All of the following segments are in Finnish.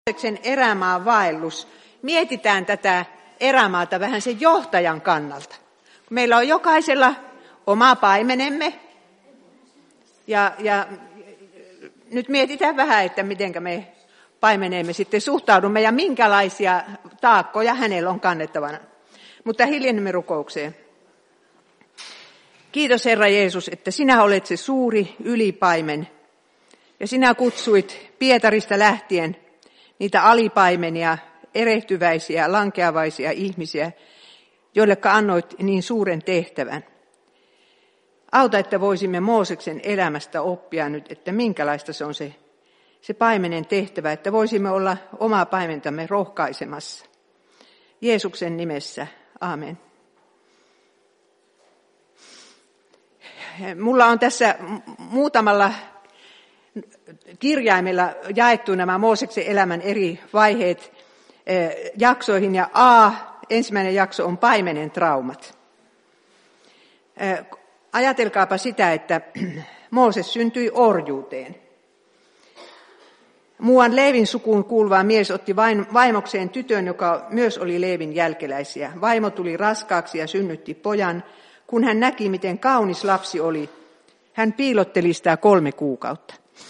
Mooseksen erämaan vaellus. Mietitään tätä erämaata vähän sen johtajan kannalta. Meillä on jokaisella oma paimenemme ja nyt mietitään vähän, että miten me paimeneemme sitten suhtaudumme ja minkälaisia taakkoja hänellä on kannettavana. Mutta hiljennymme rukoukseen. Kiitos Herra Jeesus, että sinä olet se suuri ylipaimen ja sinä kutsuit Pietarista lähtien niitä alipaimenia, erehtyväisiä, lankeavaisia ihmisiä, joille annoit niin suuren tehtävän. Auta, että voisimme Mooseksen elämästä oppia nyt, että minkälaista se on se paimenen tehtävä, että voisimme olla omaa paimentamme rohkaisemassa. Jeesuksen nimessä, aamen. Mulla on tässä muutamalla kirjaimella jaettu nämä Mooseksen elämän eri vaiheet jaksoihin ja ensimmäinen jakso on paimenen traumat. Ajatelkaapa sitä, että Mooses syntyi orjuuteen. Muuan Leevin sukuun kuuluva mies otti vaimokseen tytön, joka myös oli Leevin jälkeläisiä. Vaimo tuli raskaaksi ja synnytti pojan. Kun hän näki, miten kaunis lapsi oli, hän piilotteli sitä 3 kuukautta.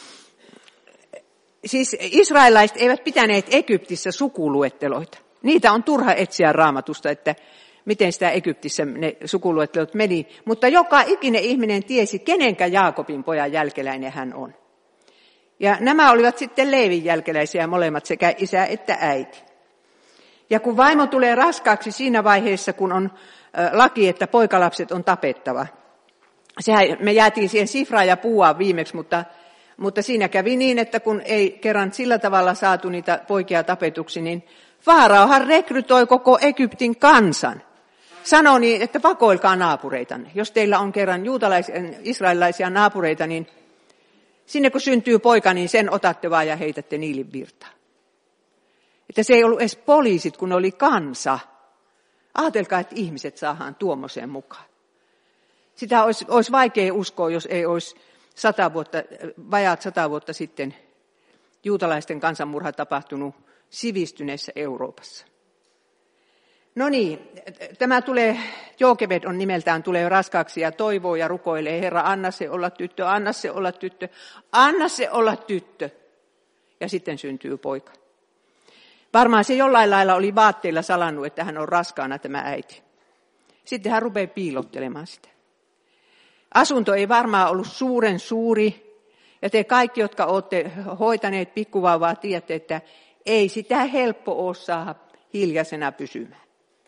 Siis israelaiset eivät pitäneet Egyptissä sukuluetteloita. Niitä on turha etsiä Raamatusta, että miten sitä Egyptissä ne sukuluettelot meni. Mutta joka ikinen ihminen tiesi, kenenkä Jaakobin pojan jälkeläinen hän on. Ja nämä olivat sitten Leevin jälkeläisiä molemmat, sekä isä että äiti. Ja kun vaimo tulee raskaaksi siinä vaiheessa, kun on laki, että poikalapset on tapettava. Me jäätiin siihen Sifraan ja Puuaan viimeksi, mutta siinä kävi niin, että kun ei kerran sillä tavalla saatu niitä poikia tapetuksi, niin Faaraohan rekrytoi koko Egyptin kansan. Sanoi niin, että pakoilkaa naapureitanne. Jos teillä on kerran israelilaisia naapureita, niin sinne kun syntyy poika, niin sen otatte vaan ja heitätte Niilin virtaan. Että se ei ollut edes poliisit, kun oli kansa. Ajatelkaa, että ihmiset saadaan tuommoiseen mukaan. Sitä olisi vaikea uskoa, jos ei olisi vajaat 100 vuotta sitten juutalaisten kansanmurha tapahtunut sivistyneessä Euroopassa. No niin, tämä Jookebed on nimeltään, tulee raskaaksi ja toivoo ja rukoilee, Herra, anna se olla tyttö, anna se olla tyttö, anna se olla tyttö. Ja sitten syntyy poika. Varmaan se jollain lailla oli vaatteilla salannut, että hän on raskaana tämä äiti. Sitten hän rupeaa piilottelemaan sitä. Asunto ei varmaan ollut suuren suuri. Ja te kaikki, jotka olette hoitaneet pikkuvauvaa, tiedätte, että ei sitä helppo ole saada hiljaisena pysymään.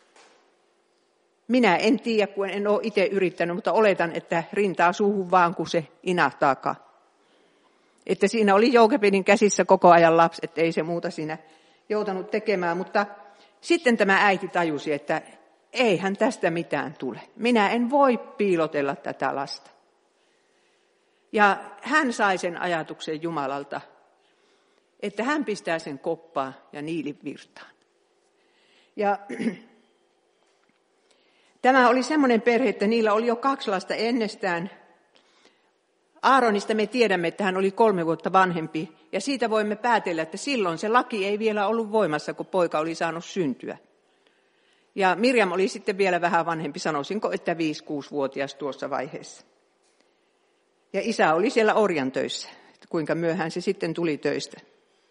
Minä en tiedä, kun en ole itse yrittänyt, mutta oletan, että rintaa suuhun vaan, kun se inahtaakaan. Että siinä oli Jookebedin käsissä koko ajan lapsi, että ei se muuta siinä joutanut tekemään. Mutta sitten tämä äiti tajusi, että eihän tästä mitään tule. Minä en voi piilotella tätä lasta. Ja hän sai sen ajatuksen Jumalalta, että hän pistää sen koppaan ja Niilin virtaan. Ja tämä oli semmoinen perhe, että niillä oli jo 2 lasta ennestään. Aaronista me tiedämme, että hän oli 3 vuotta vanhempi. Ja siitä voimme päätellä, että silloin se laki ei vielä ollut voimassa, kun poika oli saanut syntyä. Ja Mirjam oli sitten vielä vähän vanhempi, sanoisinko, että 5-6-vuotias tuossa vaiheessa. Ja isä oli siellä orjan töissä, että kuinka myöhään se sitten tuli töistä.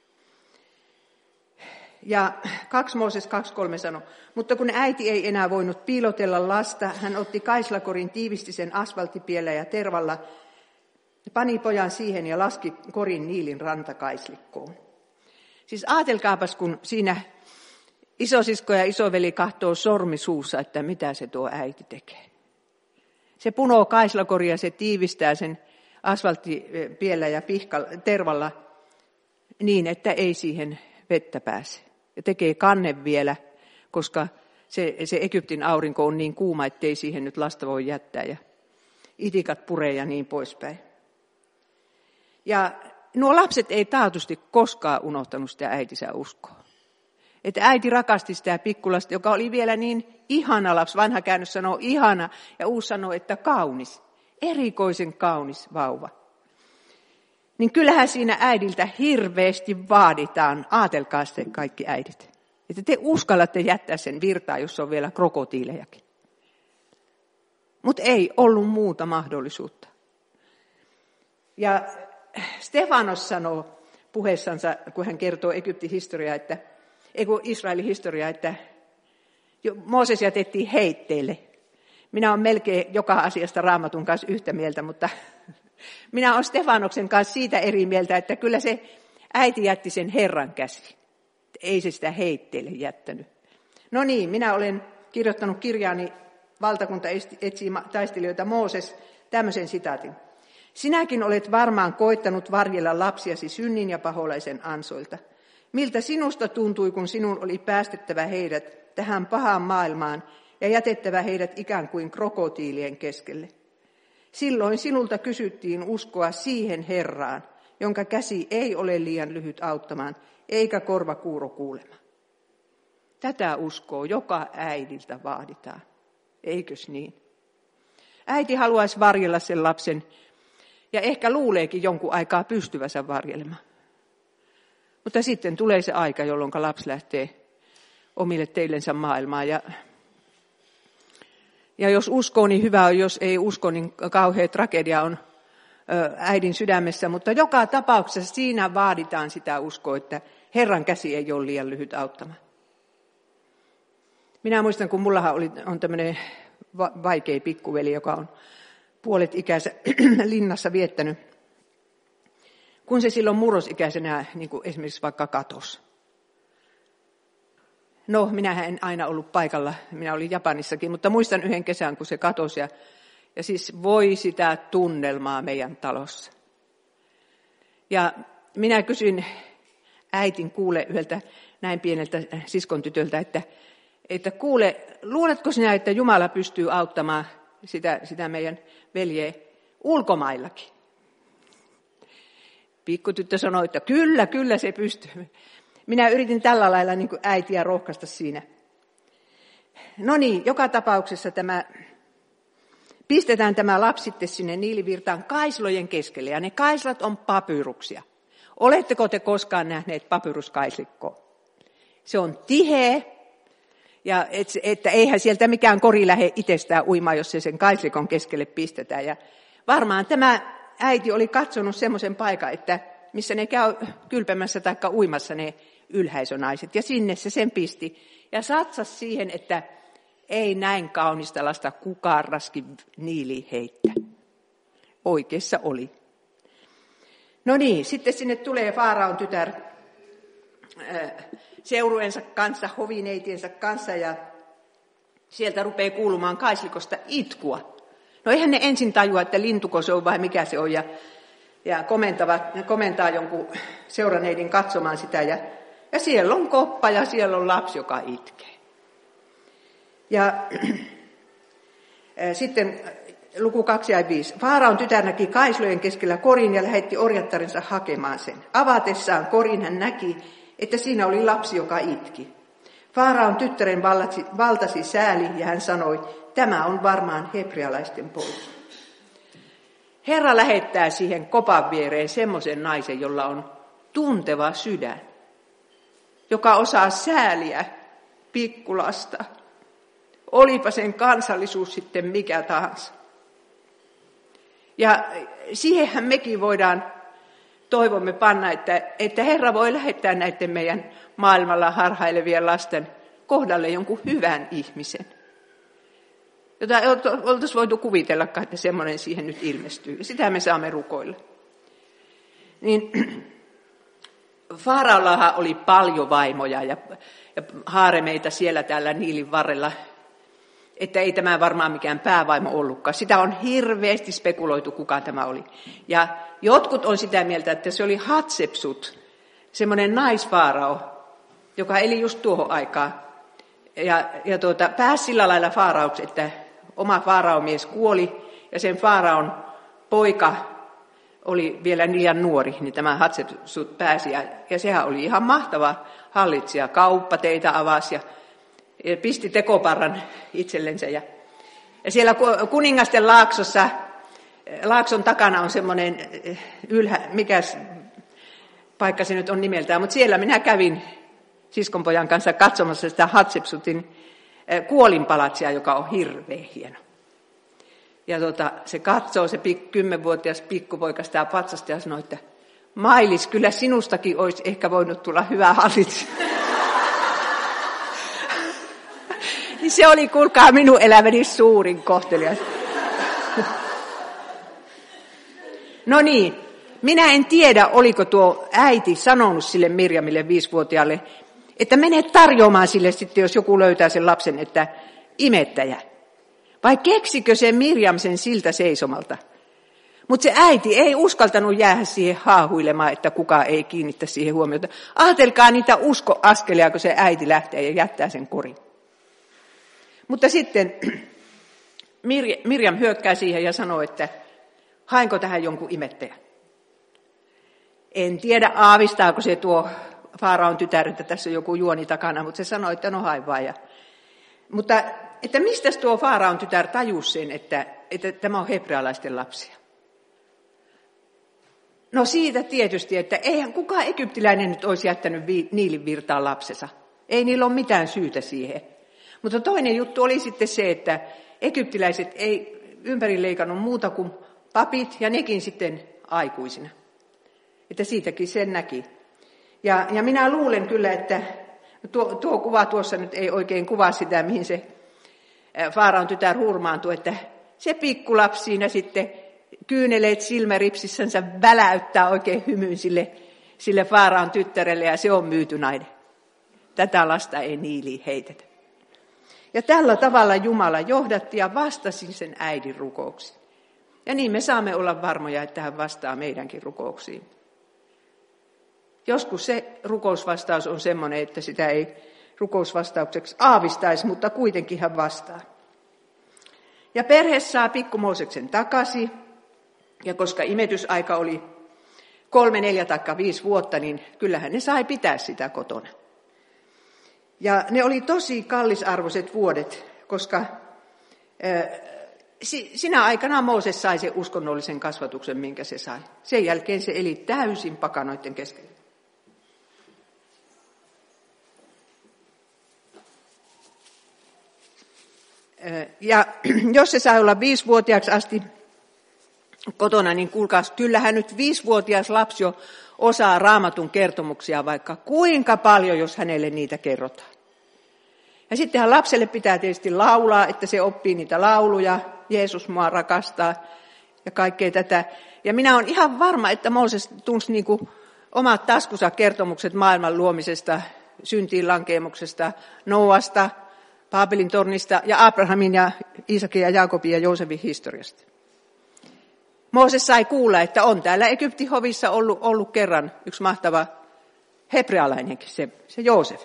Ja 2 Mooses 2.3 sanoi, mutta kun äiti ei enää voinut piilotella lasta, hän otti kaislakorin, tiivisti sen asfalttipiellä ja tervalla, pani pojan siihen ja laski korin Niilin rantakaislikkoon. Siis ajatelkaapas, kun siinä isosisko ja isoveli kahtoo sormi suussa, että mitä se tuo äiti tekee. Se punoo kaislakoria, se tiivistää sen asfalttipiellä ja tervalla niin, että ei siihen vettä pääse. Ja tekee kannen vielä, koska se Egyptin aurinko on niin kuuma, ettei siihen nyt lasta voi jättää. Ja itikat puree ja niin poispäin. Ja nuo lapset ei taatusti koskaan unohtanut sitä äitinsä uskoa. Että äiti rakasti sitä pikkulasta, joka oli vielä niin ihana lapsi. Vanha käännös sanoo ihana ja uusi sanoo, että kaunis. Erikoisen kaunis vauva. niin kyllähän siinä äidiltä hirveästi vaaditaan, aatelkaa sitten kaikki äidit, että te uskallatte jättää sen virtaan, jos on vielä krokotiilejakin. Mutta ei ollut muuta mahdollisuutta. Ja Stefanos sanoo puheessansa, kun hän kertoo Egyptin historiaa, Israelin historiaa, että Mooses jätettiin heitteille. Minä olen melkein joka asiasta Raamatun kanssa yhtä mieltä, mutta minä olen Stefanoksen kanssa siitä eri mieltä, että kyllä se äiti jätti sen Herran käsiin. Ei se sitä heitteille jättänyt. No niin, minä olen kirjoittanut kirjaani Valtakunta etsii taistelijoita Mooses tämmöisen sitaatin. Sinäkin olet varmaan koittanut varjella lapsiasi synnin ja paholaisen ansoilta. Miltä sinusta tuntui, kun sinun oli päästettävä heidät tähän pahaan maailmaan ja jätettävä heidät ikään kuin krokotiilien keskelle? Silloin sinulta kysyttiin uskoa siihen Herraan, jonka käsi ei ole liian lyhyt auttamaan, eikä korva kuuro kuulemaan. Tätä uskoa joka äidiltä vaaditaan, eikös niin? Äiti haluaisi varjella sen lapsen ja ehkä luuleekin jonkun aikaa pystyvänsä varjelemaan. Mutta sitten tulee se aika, jolloin lapsi lähtee omille teillensä maailmaan. Ja jos uskoo, niin hyvä on. Jos ei usko, niin kauhea tragedia on äidin sydämessä. Mutta joka tapauksessa siinä vaaditaan sitä uskoa, että Herran käsi ei ole liian lyhyt auttamaan. Minä muistan, kun mullahan on tämmöinen vaikea pikkuveli, joka on puolet ikänsä linnassa viettänyt. Kun se silloin murrosikäisenä niin kuin esimerkiksi vaikka katosi. No, minähän en aina ollut paikalla, minä olin Japanissakin, mutta muistan yhden kesän, kun se katosi. Ja siis voi sitä tunnelmaa meidän talossa. Ja minä kysyin äitin yhdeltä näin pieneltä siskon tytöltä, että kuule, luuletko sinä, että Jumala pystyy auttamaan sitä meidän veljeä ulkomaillakin? Pikkutyttö sanoi, että kyllä se pystyy. Minä yritin tällä lailla niin kuin äitiä rohkaista siinä. No niin, joka tapauksessa pistetään tämä lapsi sitten sinne Niilivirtaan kaislojen keskelle. Ja ne kaislat on papyruksia. Oletteko te koskaan nähneet papyruskaislikkoa? Se on tiheä. Ja että eihän sieltä mikään kori lähde itsestään uimaan, jos se sen kaislikon keskelle pistetään. Ja varmaan tämä äiti oli katsonut semmoisen paikan, että missä ne käy kylpemässä tai uimassa ne ylhäisönaiset. Ja sinne se sen pisti. Ja satsasi siihen, että ei näin kaunista lasta kukaan raski niiliin heittää. Oikeassa oli. No niin, sitten sinne tulee Faaraon tytär seurueensa kanssa, hovineitiensä kanssa ja sieltä rupeaa kuulumaan kaislikosta itkua. No eihän ne ensin tajua, että lintuko se on vai mikä se on ja komentaa jonkun seuraneidin katsomaan sitä ja siellä on koppa ja siellä on lapsi, joka itkee. Ja sitten luku 2:5. Faaraon tytär näki kaislojen keskellä korin ja lähetti orjattarensa hakemaan sen. Avatessaan korin hän näki, että siinä oli lapsi, joka itki. Faaraon tyttären valtasi sääli ja hän sanoi, tämä on varmaan hebrealaisten poika. Herra lähettää siihen kopan viereen semmoisen naisen, jolla on tunteva sydän, joka osaa sääliä pikkulasta. Olipa sen kansallisuus sitten mikä tahansa. Ja siihenhän mekin voidaan toivomme panna, että Herra voi lähettää näiden meidän maailmalla harhailevien lasten kohdalle jonkun hyvän ihmisen. Jota oltaisiin voitu kuvitella, että semmoinen siihen nyt ilmestyy. Ja sitä me saamme rukoilla. Niin, Faaraollahan oli paljon vaimoja ja haaremeita siellä täällä Niilin varrella. Että ei tämä varmaan mikään päävaimo ollutkaan. Sitä on hirveästi spekuloitu, kuka tämä oli. Ja jotkut on sitä mieltä, että se oli Hatsepsut, semmoinen naisfaarao, joka eli just tuohon aikaan. Ja pääsi sillä lailla faarauksi, että oma faaraomies kuoli ja sen faaraon poika oli vielä liian nuori, niin tämä Hatsepsut pääsi. Ja sehän oli ihan mahtava hallitsija. Kauppateitä avasi ja pisti tekoparran itsellensä. Ja siellä kuningasten laaksossa Laakson takana on semmoinen mikäs paikka se nyt on nimeltään, mutta siellä minä kävin siskonpojan kanssa katsomassa sitä Hatshepsutin kuolinpalatsia, joka on hirveän hieno. Ja se katsoo, se 10-vuotias pikkupoika sitä patsasta ja sanoi, että Mailis, kyllä sinustakin olisi ehkä voinut tulla hyvä hallitsija. Niin se oli, kuulkaa, minun elämäni suurin kohtelias. No niin, minä en tiedä, oliko tuo äiti sanonut sille Mirjamille 5-vuotiaalle, että mene tarjoamaan sille sitten, jos joku löytää sen lapsen, että imettäjä. Vai keksikö se Mirjam sen siltä seisomalta? Mutta se äiti ei uskaltanut jäädä siihen haahuilemaan, että kukaan ei kiinnitä siihen huomiota. Ajatelkaa niitä uskoaskelia, kun se äiti lähtee ja jättää sen korin. Mutta sitten Mirjam hyökkää siihen ja sanoo, että haenko tähän jonkun imettäjän. En tiedä, aavistaako se tuo Faaraon tytär, että tässä on joku juoni takana, mutta se sanoi, että no hae vaan. Mutta että mistä tuo Faaraon tytär tajusi sen, että tämä on hebrealaisten lapsia? No siitä tietysti, että eihän kukaan egyptiläinen nyt olisi jättänyt Niilin virtaan lapsensa. Ei niillä ole mitään syytä siihen. Mutta toinen juttu oli sitten se, että egyptiläiset ei ympärileikannut muuta kuin papit ja nekin sitten aikuisina. Että siitäkin sen näki. Ja minä luulen kyllä, että tuo kuva tuossa nyt ei oikein kuvaa sitä, mihin se Faaraon tytär hurmaantui, että se pikkulapsi siinä sitten kyyneleet silmäripsissänsä väläyttää oikein hymyn sille Faaraon tyttärelle ja se on myyty nainen. Tätä lasta ei Niiliin heitetä. Ja tällä tavalla Jumala johdatti ja vastasi sen äidin rukouksiin. Ja niin me saamme olla varmoja, että hän vastaa meidänkin rukouksiin. Joskus se rukousvastaus on semmoinen, että sitä ei rukousvastaukseksi aavistaisi, mutta kuitenkin hän vastaa. Ja perhe saa pikku Mooseksen takaisin. Ja koska imetysaika oli 3, 4 tai 5 vuotta, niin kyllähän ne sai pitää sitä kotona. Ja ne oli tosi kallisarvoiset vuodet, koska sinä aikana Mooses sai sen uskonnollisen kasvatuksen, minkä se sai. Sen jälkeen se eli täysin pakanoiden keskellä. Ja jos se sai olla 5-vuotiaaksi asti kotona, niin kuulkaas, kyllähän nyt 5-vuotias lapsi jo osaa Raamatun kertomuksia vaikka kuinka paljon, jos hänelle niitä kerrotaan. Ja sittenhän lapselle pitää tietysti laulaa, että se oppii niitä lauluja, Jeesus mua rakastaa ja kaikkea tätä. Ja minä olen ihan varma, että Mooses tunsi niin kuin omat taskunsa kertomukset maailman luomisesta, syntiin lankeemuksesta, Noasta, Baabelin tornista ja Abrahamin ja Iisakin ja Jaakobin ja Joosefin historiasta. Mooses sai kuulla, että on täällä Egyptin hovissa ollut kerran yksi mahtava hebrealainenkin, se Joosef.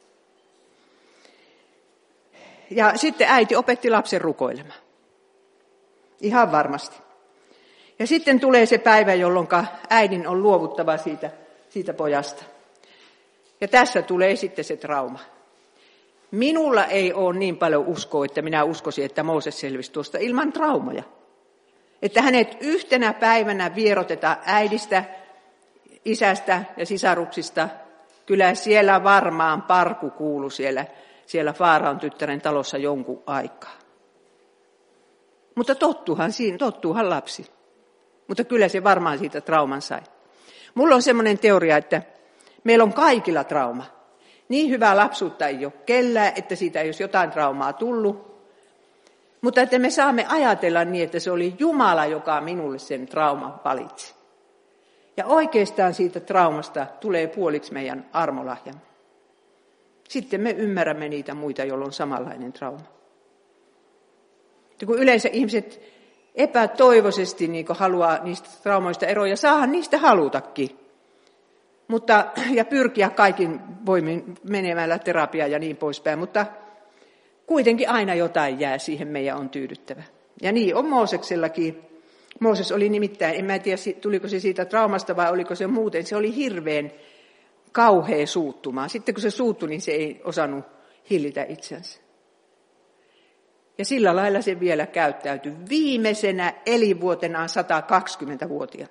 Ja sitten äiti opetti lapsen rukoilemaan. Ihan varmasti. Ja sitten tulee se päivä, jolloin äidin on luovuttava siitä pojasta. Ja tässä tulee sitten se trauma. Minulla ei ole niin paljon uskoa, että minä uskoisin, että Mooses selvisi tuosta ilman traumaja. Että hänet yhtenä päivänä vierotetaan äidistä, isästä ja sisaruksista. Kyllä siellä varmaan parku kuului siellä Faaraon tyttären talossa jonkun aikaa. Mutta tottuuhan lapsi. Mutta kyllä se varmaan siitä trauman sai. Mulla on semmoinen teoria, että meillä on kaikilla trauma. Niin hyvää lapsuutta ei ole kellään, että siitä ei olisi jotain traumaa tullut. Mutta että me saamme ajatella niin, että se oli Jumala, joka minulle sen trauman valitsi. Ja oikeastaan siitä traumasta tulee puoliksi meidän armolahjamme. Sitten me ymmärrämme niitä muita, joilla on samanlainen trauma. Ja kun yleensä ihmiset epätoivoisesti niin haluaa niistä traumoista eroa, ja saahan niistä halutakin. Ja pyrkiä kaikin voimin menemällä terapiaan ja niin poispäin, mutta kuitenkin aina jotain jää, siihen meidän on tyydyttävä. Ja niin on Mooseksellakin. Mooses oli nimittäin, en mä tiedä tuliko se siitä traumasta vai oliko se muuten, se oli hirveän kauhea suuttumaan. Sitten kun se suuttui, niin se ei osannut hillitä itsensä. Ja sillä lailla se vielä käyttäytyi viimeisenä elinvuotenaan 120-vuotiaana.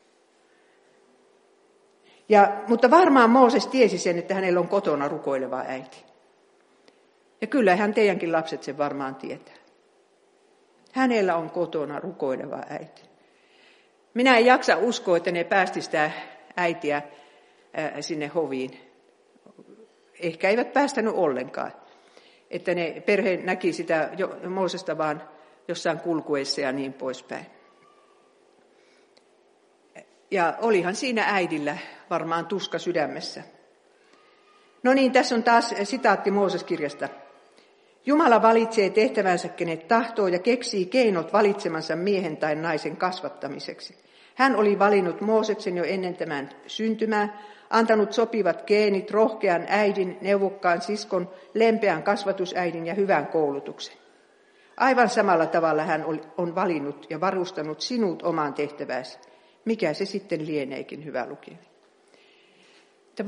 Mutta varmaan Mooses tiesi sen, että hänellä on kotona rukoileva äiti. Ja kyllähän teidänkin lapset sen varmaan tietää. Hänellä on kotona rukoileva äiti. Minä en jaksa uskoa, että ne päästi sitä äitiä sinne hoviin. Ehkä eivät päästänyt ollenkaan. Että ne perhe näki sitä Moosesta vaan jossain kulkuessa ja niin poispäin. Ja olihan siinä äidillä varmaan tuska sydämessä. No niin, tässä on taas sitaatti Mooses-kirjasta. Jumala valitsee tehtävänsä, kenet tahtoo, ja keksii keinot valitsemansa miehen tai naisen kasvattamiseksi. Hän oli valinnut Mooseksen jo ennen tämän syntymää, antanut sopivat geenit, rohkean äidin, neuvokkaan siskon, lempeän kasvatusäidin ja hyvän koulutuksen. Aivan samalla tavalla hän on valinnut ja varustanut sinut omaan tehtävääsi. Mikä se sitten lieneekin, hyvä lukija. Että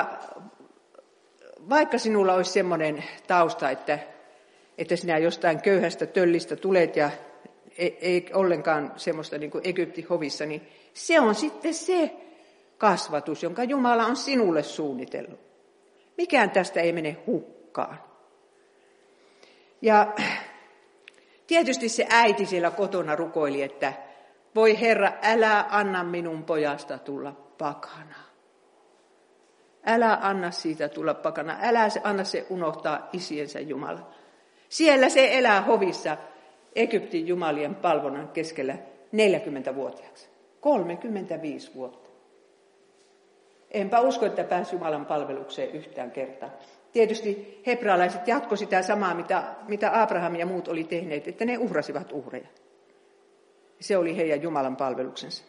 vaikka sinulla olisi semmoinen tausta, että sinä jostain köyhästä töllistä tulet ja ei ollenkaan semmoista niin kuin Egyptin hovissa, niin se on sitten se kasvatus, jonka Jumala on sinulle suunnitellut. Mikään tästä ei mene hukkaan. Ja tietysti se äiti siellä kotona rukoili, että voi Herra, älä anna minun pojasta tulla pakana. Älä anna siitä tulla pakana. Älä anna se unohtaa isiensä Jumala. Siellä se elää hovissa Egyptin jumalien palvonnan keskellä 40-vuotiaaksi. 35 vuotta. Enpä usko, että pääsi Jumalan palvelukseen yhtään kertaa. Tietysti hebrealaiset jatkoi sitä samaa, mitä Abraham ja muut oli tehneet, että ne uhrasivat uhreja. Se oli heidän Jumalan palveluksensa.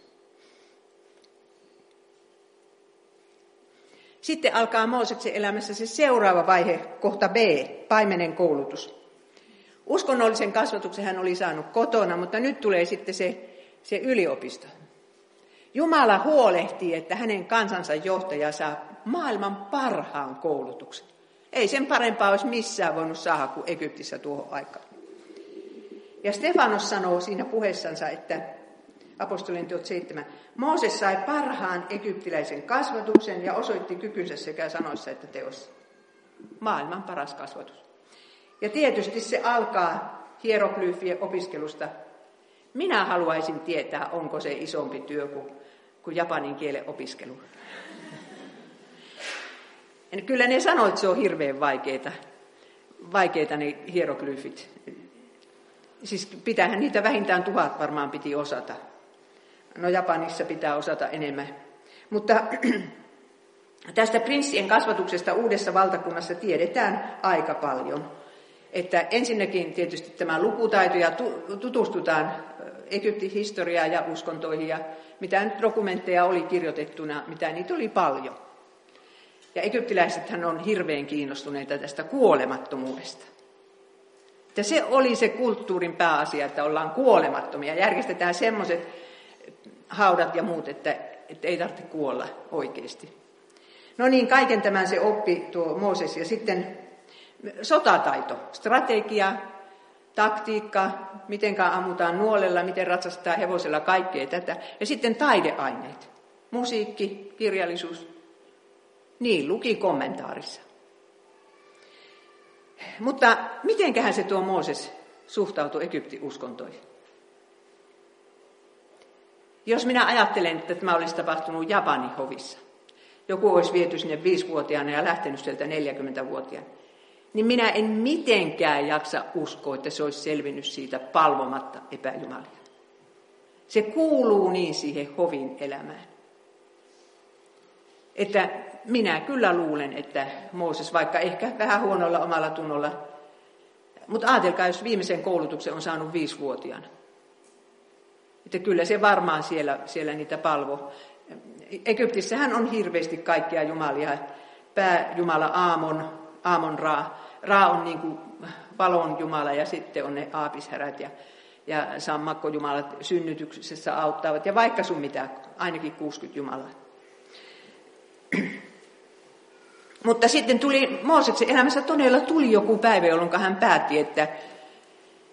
Sitten alkaa Mooseksen elämässä se seuraava vaihe, kohta B, paimenen koulutus. Uskonnollisen kasvatuksen hän oli saanut kotona, mutta nyt tulee sitten se yliopisto. Jumala huolehtii, että hänen kansansa johtaja saa maailman parhaan koulutuksen. Ei sen parempaa olisi missään voinut saada kuin Egyptissä tuohon aikaan. Ja Stefanos sanoo siinä puheessansa, että apostolien teot 7. Mooses sai parhaan egyptiläisen kasvatuksen ja osoitti kykynsä sekä sanoissa että teossa. Maailman paras kasvatus. Ja tietysti se alkaa hieroglyfien opiskelusta. Minä haluaisin tietää, onko se isompi työ kuin japanin kielen opiskelu. Kyllä ne sanoo, että se on hirveän vaikeita ne hieroglyfit. Siis pitäähän niitä vähintään 1000 varmaan piti osata. No Japanissa pitää osata enemmän. Mutta tästä prinssien kasvatuksesta uudessa valtakunnassa tiedetään aika paljon. Että ensinnäkin tietysti tämä lukutaito ja tutustutaan Egyptin historiaan ja uskontoihin ja mitä nyt dokumentteja oli kirjoitettuna, mitä niitä oli paljon. Ja egyptiläisethän on hirveän kiinnostuneita tästä kuolemattomuudesta. Että se oli se kulttuurin pääasia, että ollaan kuolemattomia. Järjestetään semmoiset haudat ja muut, että ei tarvitse kuolla oikeasti. No niin, kaiken tämän se oppi tuo Mooses. Ja sitten sotataito, strategia, taktiikka, mitenkä ammutaan nuolella, miten ratsastetaan hevosella, kaikkea tätä. Ja sitten taideaineet, musiikki, kirjallisuus. Niin luki kommentaarissa. Mutta mitenköhän se tuo Mooses suhtautui Egyptin uskontoihin? Jos minä ajattelen, että tämä olisi tapahtunut Japanin hovissa, joku olisi viety sinne 5-vuotiaana ja lähtenyt sieltä 40-vuotiaana, niin minä en mitenkään jaksa uskoa, että se olisi selvinnyt siitä palvomatta epäjumalia. Se kuuluu niin siihen hovin elämään. Että minä kyllä luulen, että Mooses, vaikka ehkä vähän huonolla omalla tunnolla, mutta ajatelkaa, jos viimeisen koulutuksen on saanut 5-vuotiaana. Että kyllä se varmaan siellä niitä palvo. Egyptissähän on hirveästi kaikkia jumalia. Pääjumala Aamon Ra. Ra on niin kuin valon jumala ja sitten on ne aapishärät ja sammakkojumalat synnytyksessä auttavat. Ja vaikka sun mitä, ainakin 60 jumalaa. Mutta sitten tuli Mooseksen elämässä todella tuli joku päivä, jolloin hän päätti,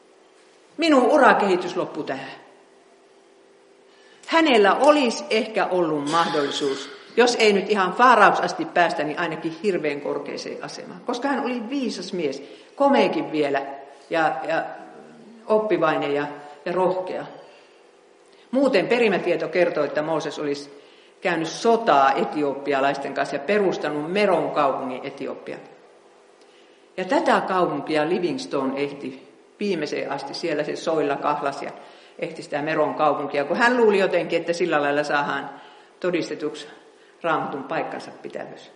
Minun urakehitys loppui tähän. Hänellä olisi ehkä ollut mahdollisuus, jos ei nyt ihan Faaraus asti päästä, niin ainakin hirveän korkeaseen asemaan. Koska hän oli viisas mies, komeakin vielä ja oppivainen ja rohkea. Muuten perimätieto kertoo, että Mooses olisi käynyt sotaa etiopialaisten kanssa ja perustanut Meron kaupungin Etiopia. Ja tätä kaupunkia Livingstone ehti viimeiseen asti, siellä se soilla kahlas ja ehti sitä Meron kaupunkia, kun hän luuli jotenkin, että sillä lailla saadaan todistetuksi Raamatun paikkansa pitävyys.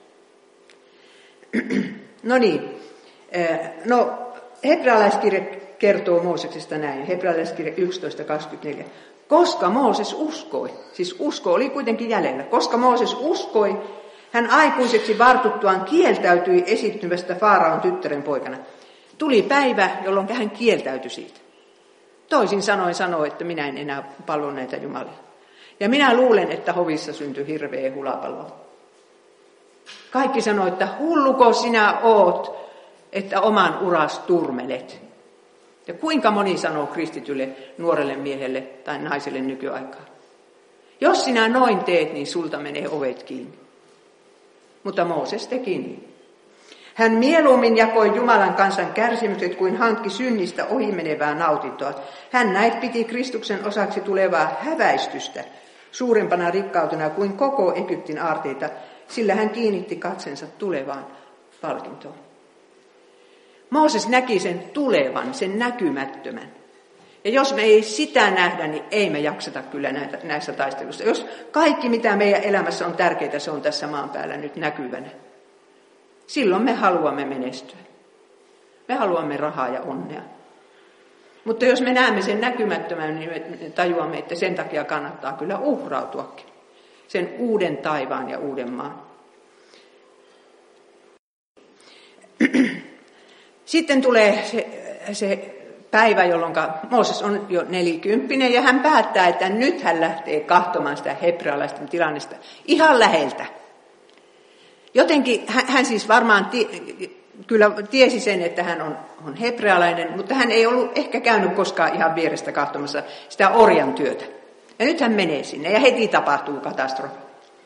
No niin, hebrealaiskirja kertoo Mooseksesta näin, hebrealaiskirja 11.24. Koska Mooses uskoi, siis usko oli kuitenkin jäljellä, koska Mooses uskoi, hän aikuiseksi vartuttuaan kieltäytyi esittymästä Faaraon tyttären poikana. Tuli päivä, jolloin hän kieltäytyi siitä. Toisin sanoen sanoi, että minä en enää palvo näitä jumalia. Ja minä luulen, että hovissa syntyi hirveä hulapallo. Kaikki sanoi, että hulluko sinä oot, että oman uras turmelet. Ja kuinka moni sanoo kristitylle, nuorelle miehelle tai naiselle nykyaikaa. Jos sinä noin teet, niin sulta menee ovet kiinni. Mutta Mooses teki niin. Hän mieluummin jakoi Jumalan kansan kärsimykset kuin hankki synnistä ohimenevää nautintoa. Hän näet piti Kristuksen osaksi tulevaa häväistystä suurempana rikkautena kuin koko Egyptin aarteita, sillä hän kiinnitti katsensa tulevaan palkintoon. Mooses näki sen tulevan, sen näkymättömän. Ja jos me ei sitä nähdä, niin ei me jakseta kyllä näissä taisteluissa. Jos kaikki, mitä meidän elämässä on tärkeää, se on tässä maan päällä nyt näkyvänä. Silloin me haluamme menestyä. Me haluamme rahaa ja onnea. Mutta jos me näemme sen näkymättömän, niin me tajuamme, että sen takia kannattaa kyllä uhrautuakin. Sen uuden taivaan ja uuden maan. Sitten tulee se päivä, jolloin Mooses on jo 40 ja hän päättää, että nyt hän lähtee katsomaan sitä hebrealaisten tilannetta ihan läheltä. Jotenkin hän siis varmaan kyllä tiesi sen, että hän on hebrealainen, mutta hän ei ollut ehkä käynyt koskaan ihan vierestä katsomassa sitä orjan työtä. Ja nyt hän menee sinne ja heti tapahtuu katastrofi.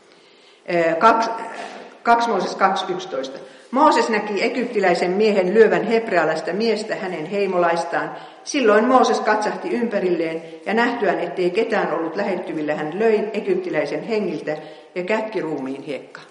2 Mooses 2.11. Mooses näki egyptiläisen miehen lyövän hebrealaista miestä hänen heimolaistaan. Silloin Mooses katsahti ympärilleen ja nähtyään, ettei ketään ollut lähettyvillä, hän löi egyptiläisen hengiltä ja kätki ruumiin hiekkaan.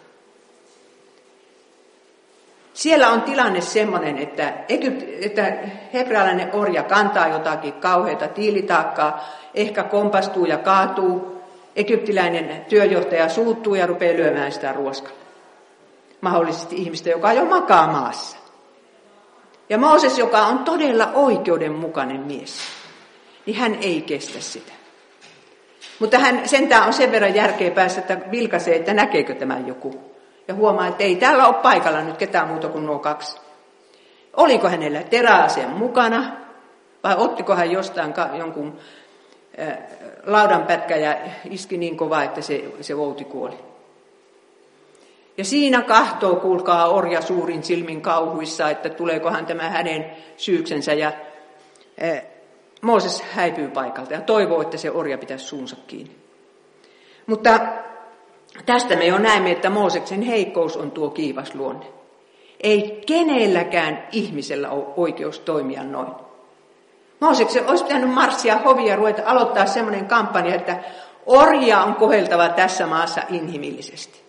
Siellä on tilanne semmoinen, että hebrealainen orja kantaa jotakin kauheata tiilitaakkaa, ehkä kompastuu ja kaatuu. Egyptiläinen työjohtaja suuttuu ja rupeaa lyömään sitä ruoskalla. Mahdollisesti ihmistä, joka jo makaa maassa. Ja Mooses, joka on todella oikeudenmukainen mies, niin hän ei kestä sitä. Mutta hän sentään on sen verran järkeä päässä, että vilkaisee, että näkeekö tämän joku. Ja huomaa, että ei täällä ole paikalla nyt ketään muuta kuin nuo 2. Oliko hänellä teräaseen mukana vai ottiko hän jostain jonkun laudanpätkä ja iski niin kovaa, että se vouti kuoli. Ja siinä kahtoo, kuulkaa, orja suurin silmin kauhuissa, että tuleekohan tämä hänen syyksensä. Ja Mooses häipyy paikalta ja toivoo, että se orja pitäisi suunsa kiinni. Mutta tästä me jo näemme, että Mooseksen heikkous on tuo kiivas luonne. Ei kenelläkään ihmisellä ole oikeus toimia noin. Mooseksen olisi pitänyt marssia hovia ja ruveta aloittaa semmoinen kampanja, että orjia on kohdeltava tässä maassa inhimillisesti.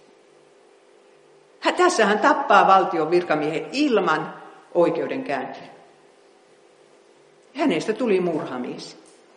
Tässä hän tappaa valtion virkamiehen ilman oikeudenkäyntiä. Hänestä tuli murhamies.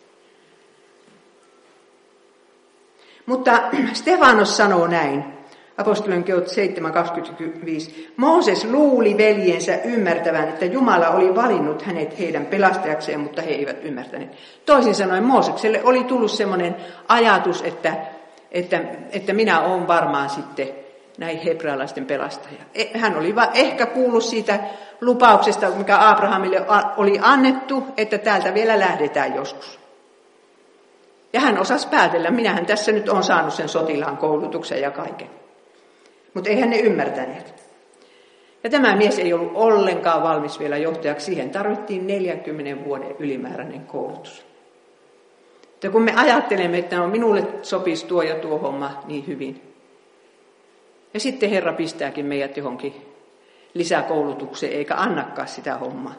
Mutta Stefanos sanoo näin, apostolien-teot 7.25. Mooses luuli veljensä ymmärtävän, että Jumala oli valinnut hänet heidän pelastajakseen, mutta he eivät ymmärtäneet. Toisin sanoen Moosekselle oli tullut semmoinen ajatus, että minä olen varmaan sitten näin hebrealaisten pelastaja. Hän oli ehkä kuullut siitä lupauksesta, mikä Abrahamille oli annettu, että täältä vielä lähdetään joskus. Ja hän osasi päätellä, minähän tässä nyt olen saanut sen sotilaan koulutuksen ja kaiken. Mutta eihän ne ymmärtäneet. Ja tämä mies ei ollut ollenkaan valmis vielä johtajaksi. Siihen tarvittiin 40 vuoden ylimääräinen koulutus. Ja kun me ajattelemme, että no, minulle sopisi tuo ja tuo homma niin hyvin. Ja sitten Herra pistääkin meidät johonkin lisäkoulutukseen, eikä annakaan sitä hommaa.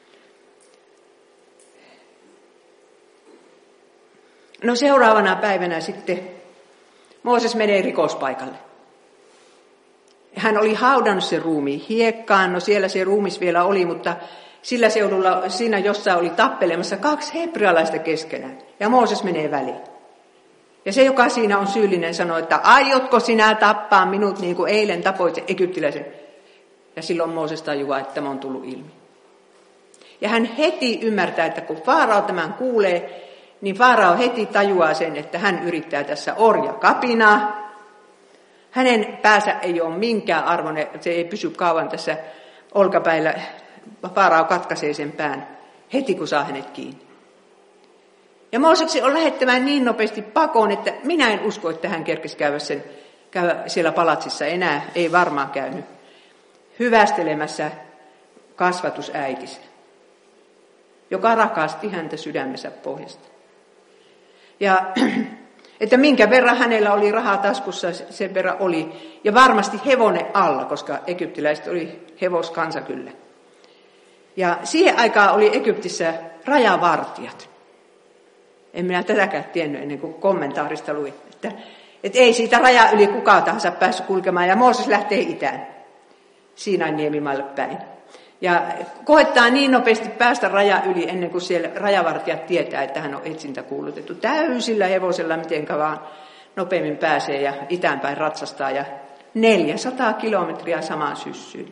No seuraavana päivänä sitten Mooses menee rikospaikalle. Hän oli haudannut sen ruumiin hiekkaan, no siellä se ruumis vielä oli, mutta sillä seudulla siinä jossain oli tappelemassa 2 hebrealaista keskenään. Ja Mooses menee väliin. Ja se, joka siinä on syyllinen, sanoo, että aiotko sinä tappaa minut niin kuin eilen tapoit sen egyptiläisen? Ja silloin Mooses tajuaa, että tämä on tullut ilmi. Ja hän heti ymmärtää, että kun Faarao tämän kuulee, niin Faarao heti tajuaa sen, että hän yrittää tässä orjakapinaa. Hänen päänsä ei ole minkään arvoinen, se ei pysy kauan tässä olkapäillä. Faarao katkaisee sen pään heti, kun saa hänet kiinni. Ja Mooseksen on lähettämään niin nopeasti pakoon, että minä en usko, että hän kerkesi käydä siellä palatsissa enää. Ei varmaan käynyt hyvästelemässä kasvatusäitinsä, joka rakasti häntä sydämensä pohjasta. Ja että minkä verran hänellä oli rahaa taskussa, sen verran oli. Ja varmasti hevonen alla, koska egyptiläiset oli hevoskansa kyllä. Ja siihen aikaan oli Egyptissä rajavartijat. En minä tätäkään tiennyt ennen kuin kommentaarista luin. Että ei siitä raja yli kukaan tahansa päässyt kulkemaan. Ja Mooses lähtee itään, Siinain niemimaille päin. Ja koettaa niin nopeasti päästä raja yli ennen kuin siellä rajavartijat tietää, että hän on etsintäkuulutettu. Täysillä hevosella mitenkä vaan nopeammin pääsee ja itäänpäin ratsastaa ja 400 kilometriä samaan syssyyn.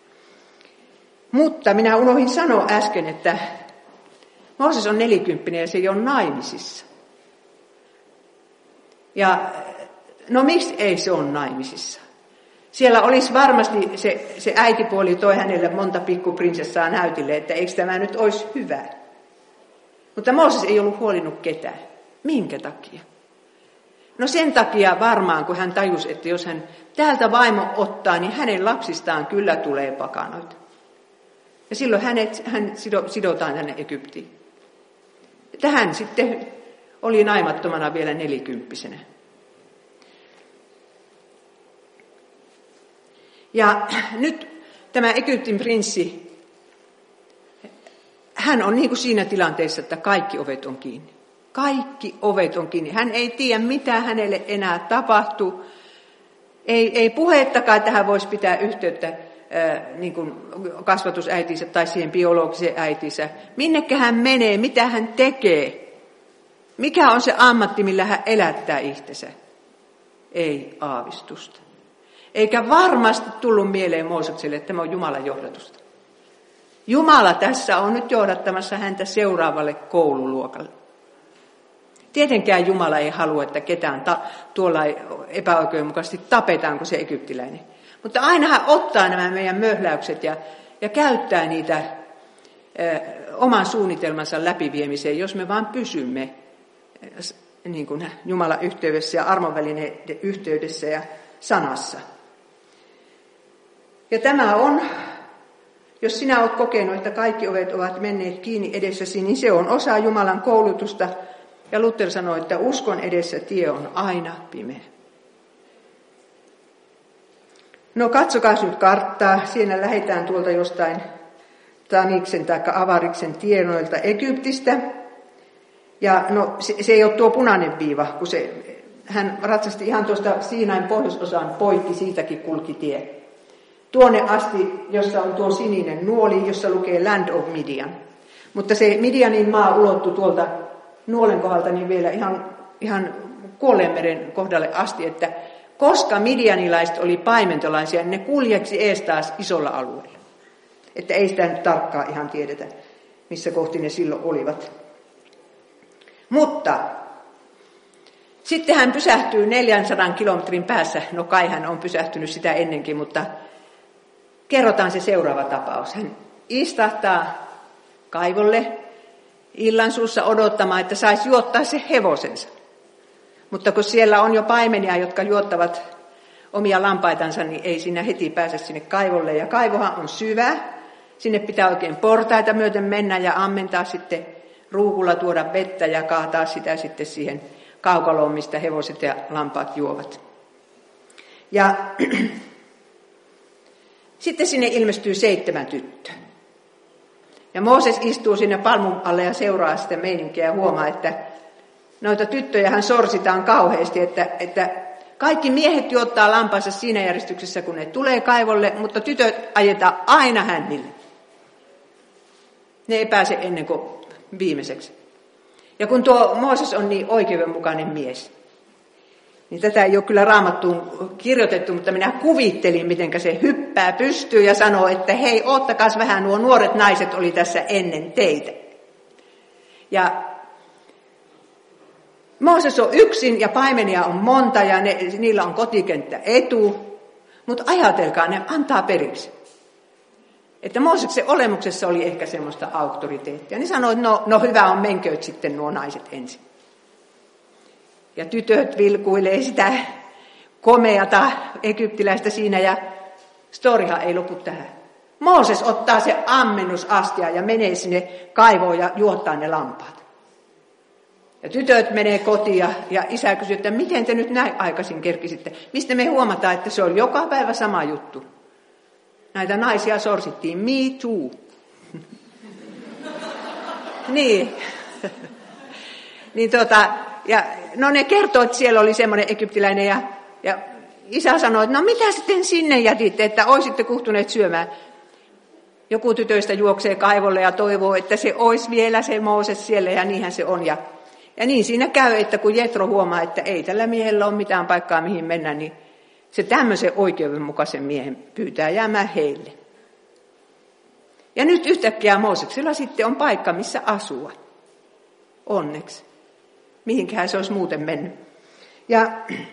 Mutta minä unohdin sanoa äsken, että Mooses on 40 ja se ei ole naimisissa. Ja no miksi ei se ole naimisissa? Siellä olisi varmasti se äitipuoli toi hänelle monta pikkuprinsessaa näytille, että eikö tämä nyt olisi hyvä. Mutta Mooses ei ollut huolinut ketään. Minkä takia? No sen takia varmaan, kun hän tajusi, että jos hän täältä vaimo ottaa, niin hänen lapsistaan kyllä tulee pakanoita. Ja silloin hän sidotaan tänne Egyptiin. Tähän sitten oli naimattomana vielä 40-vuotiaana. Ja nyt tämä Egyptin prinssi, hän on niin kuin siinä tilanteessa, että kaikki ovet on kiinni. Kaikki ovet on kiinni. Hän ei tiedä, mitä hänelle enää tapahtuu. Ei puhettakaan, että hän voisi pitää yhteyttä niin kuin kasvatusäitinsä tai siihen biologiseen äitinsä. Minnekä hän menee, mitä hän tekee? Mikä on se ammatti, millä hän elättää itsensä? Ei aavistusta. Eikä varmasti tullut mieleen Moosekselle, että tämä on Jumalan johdatusta. Jumala tässä on nyt johdattamassa häntä seuraavalle koululuokalle. Tietenkään Jumala ei halua, että ketään tuolla epäoikeudenmukaisesti tapetaan kuin se egyptiläinen. Mutta aina hän ottaa nämä meidän möhläykset ja käyttää niitä oman suunnitelmansa läpiviemiseen, jos me vaan pysymme niin kuin Jumalan yhteydessä ja armonvälineiden yhteydessä ja sanassa. Ja tämä on, jos sinä olet kokenut, että kaikki ovet ovat menneet kiinni edessäsi, niin se on osa Jumalan koulutusta. Ja Luther sanoi, että uskon edessä tie on aina pimeä. No katsokaa nyt karttaa. Siinä lähdetään tuolta jostain Taniksen tai Avariksen tienoilta Egyptistä. Ja no se ei ole tuo punainen viiva, kun hän ratsasti ihan tuosta Siinain pohjoisosaan poikki, siitäkin kulki tie. Tuonne asti, jossa on tuo sininen nuoli, jossa lukee Land of Midian. Mutta se Midianin maa ulottui tuolta nuolen kohdalta niin vielä ihan Kuolleenmeren kohdalle asti, että koska midianilaiset oli paimentolaisia, niin ne kuljeksi ees taas isolla alueella. Että ei sitä nyt tarkkaan ihan tiedetä, missä kohti ne silloin olivat. Mutta sitten hän pysähtyy 400 kilometrin päässä. No kai hän on pysähtynyt sitä ennenkin, mutta kerrotaan se seuraava tapaus. Hän istahtaa kaivolle illan suussa odottamaan, että saisi juottaa se hevosensa. Mutta kun siellä on jo paimenia, jotka juottavat omia lampaitansa, niin ei siinä heti pääse sinne kaivolle. Ja kaivohan on syvä. Sinne pitää oikein portaita myöten mennä ja ammentaa sitten ruukulla, tuoda vettä ja kaataa sitä sitten siihen kaukaloon, mistä hevoset ja lampaat juovat. Ja sitten sinne ilmestyy 7 tyttöä. Ja Mooses istuu sinne palmun alle ja seuraa sitä meininkiä ja huomaa, että noita tyttöjähän sorsitaan kauheasti, että kaikki miehet juottaa lampaansa siinä järjestyksessä, kun ne tulee kaivolle, mutta tytöt ajetaan aina hännille. Ne ei pääse ennen kuin viimeiseksi. Ja kun tuo Mooses on niin oikeudenmukainen mies, niin tätä ei ole kyllä Raamattuun kirjoitettu, mutta minä kuvittelin, miten se hyppää pystyyn ja sanoo, että hei, oottakas vähän, nuo nuoret naiset oli tässä ennen teitä. Ja Mooses on yksin ja paimenia on monta ja niillä on kotikenttä etu, mutta ajatelkaa, ne antaa periksi. Että Mooseksen olemuksessa oli ehkä semmoista auktoriteettia. Ne sanoi, että no hyvä on, menkööt sitten nuo naiset ensin. Ja tytöt vilkuilee sitä komeata egyptiläistä siinä ja storihan ei lopu tähän. Mooses ottaa se ammennusastia ja menee sinne kaivoon ja juottaa ne lampaat. Ja tytöt menee kotiin ja isä kysyy, että miten te nyt näin aikaisin kerkisitte? Mistä me huomataan, että se on joka päivä sama juttu? Näitä naisia sorsittiin, me too. niin. Ja ne kertoo, että siellä oli semmoinen egyptiläinen ja isä sanoi, että no mitä sitten sinne jätitte, että oisitte kuhtuneet syömään. Joku tytöistä juoksee kaivolle ja toivoo, että se olisi vielä se Mooses siellä ja niinhän se on. Ja niin siinä käy, että kun Jetro huomaa, että ei tällä miehellä ole mitään paikkaa mihin mennä, niin se tämmöisen oikeudenmukaisen miehen pyytää jäämään heille. Ja nyt yhtäkkiä Mooseksella sitten on paikka, missä asua. Onneksi. Mihinkähän se olisi muuten mennyt. Ja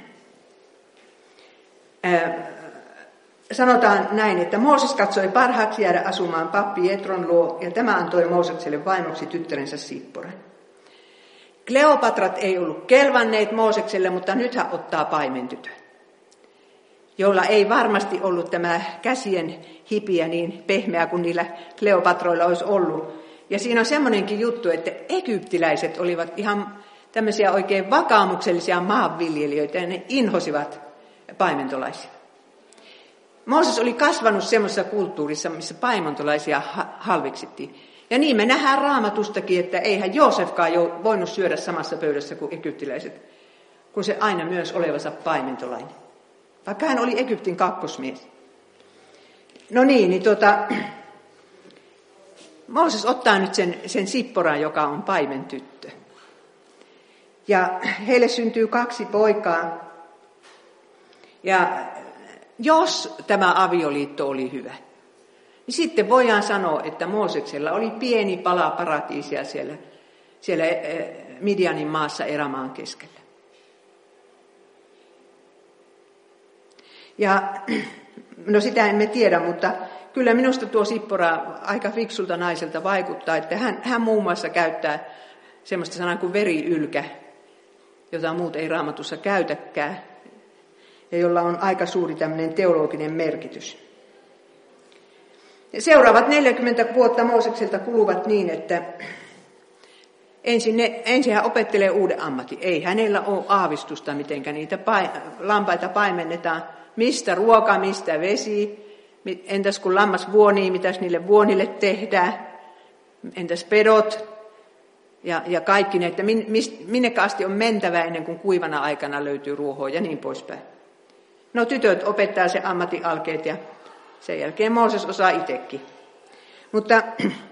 sanotaan näin, että Mooses katsoi parhaaksi jäädä asumaan pappi Jetron luo, ja tämä antoi Moosekselle vaimoksi tyttärensä Sipporan. Kleopatrat ei ollut kelvanneet Moosekselle, mutta nyt hän ottaa paimentytön, jolla ei varmasti ollut tämä käsien hipiä niin pehmeä kuin niillä Kleopatroilla olisi ollut. Ja siinä on semmoinenkin juttu, että egyptiläiset olivat ihan tämmöisiä oikein vakaumuksellisia maanviljelijöitä ja ne inhosivat paimentolaisia. Mooses oli kasvanut semmoisessa kulttuurissa, missä paimentolaisia halveksittiin. Ja niin me nähdään Raamatustakin, että eihän Joosefkaan voinut syödä samassa pöydässä kuin egyptiläiset, kun se aina myös olevansa paimentolainen. Vaikka hän oli Egyptin kakkosmies. No niin, Mooses ottaa nyt sen Sipporan, joka on paimentyttö. Ja heille syntyy 2 poikaa. Ja jos tämä avioliitto oli hyvä, niin sitten voidaan sanoa, että Mooseksella oli pieni pala paratiisia siellä Midianin maassa erämaan keskellä. Ja no sitä emme tiedä, mutta kyllä minusta tuo Sippora aika fiksulta naiselta vaikuttaa, että hän muun muassa käyttää semmoista sanaa kuin veriylkä, jota muut ei Raamatussa käytäkään, ja jolla on aika suuri tämmöinen teologinen merkitys. Seuraavat 40 vuotta Moosekselta kuluvat niin, että ensin hän opettelee uuden ammatin. Ei hänellä ole aavistusta, miten niitä lampaita paimennetaan. Mistä ruoka, mistä vesi. Entäs kun lammas vuonii, mitäs niille vuonille tehdään. Entäs pedot ja kaikki ne, että minnekä asti on mentävä ennen kuin kuivana aikana löytyy ruohoa ja niin poispäin. No tytöt opettaa se ammatin alkeet ja sen jälkeen Mooses osaa itsekin. Mutta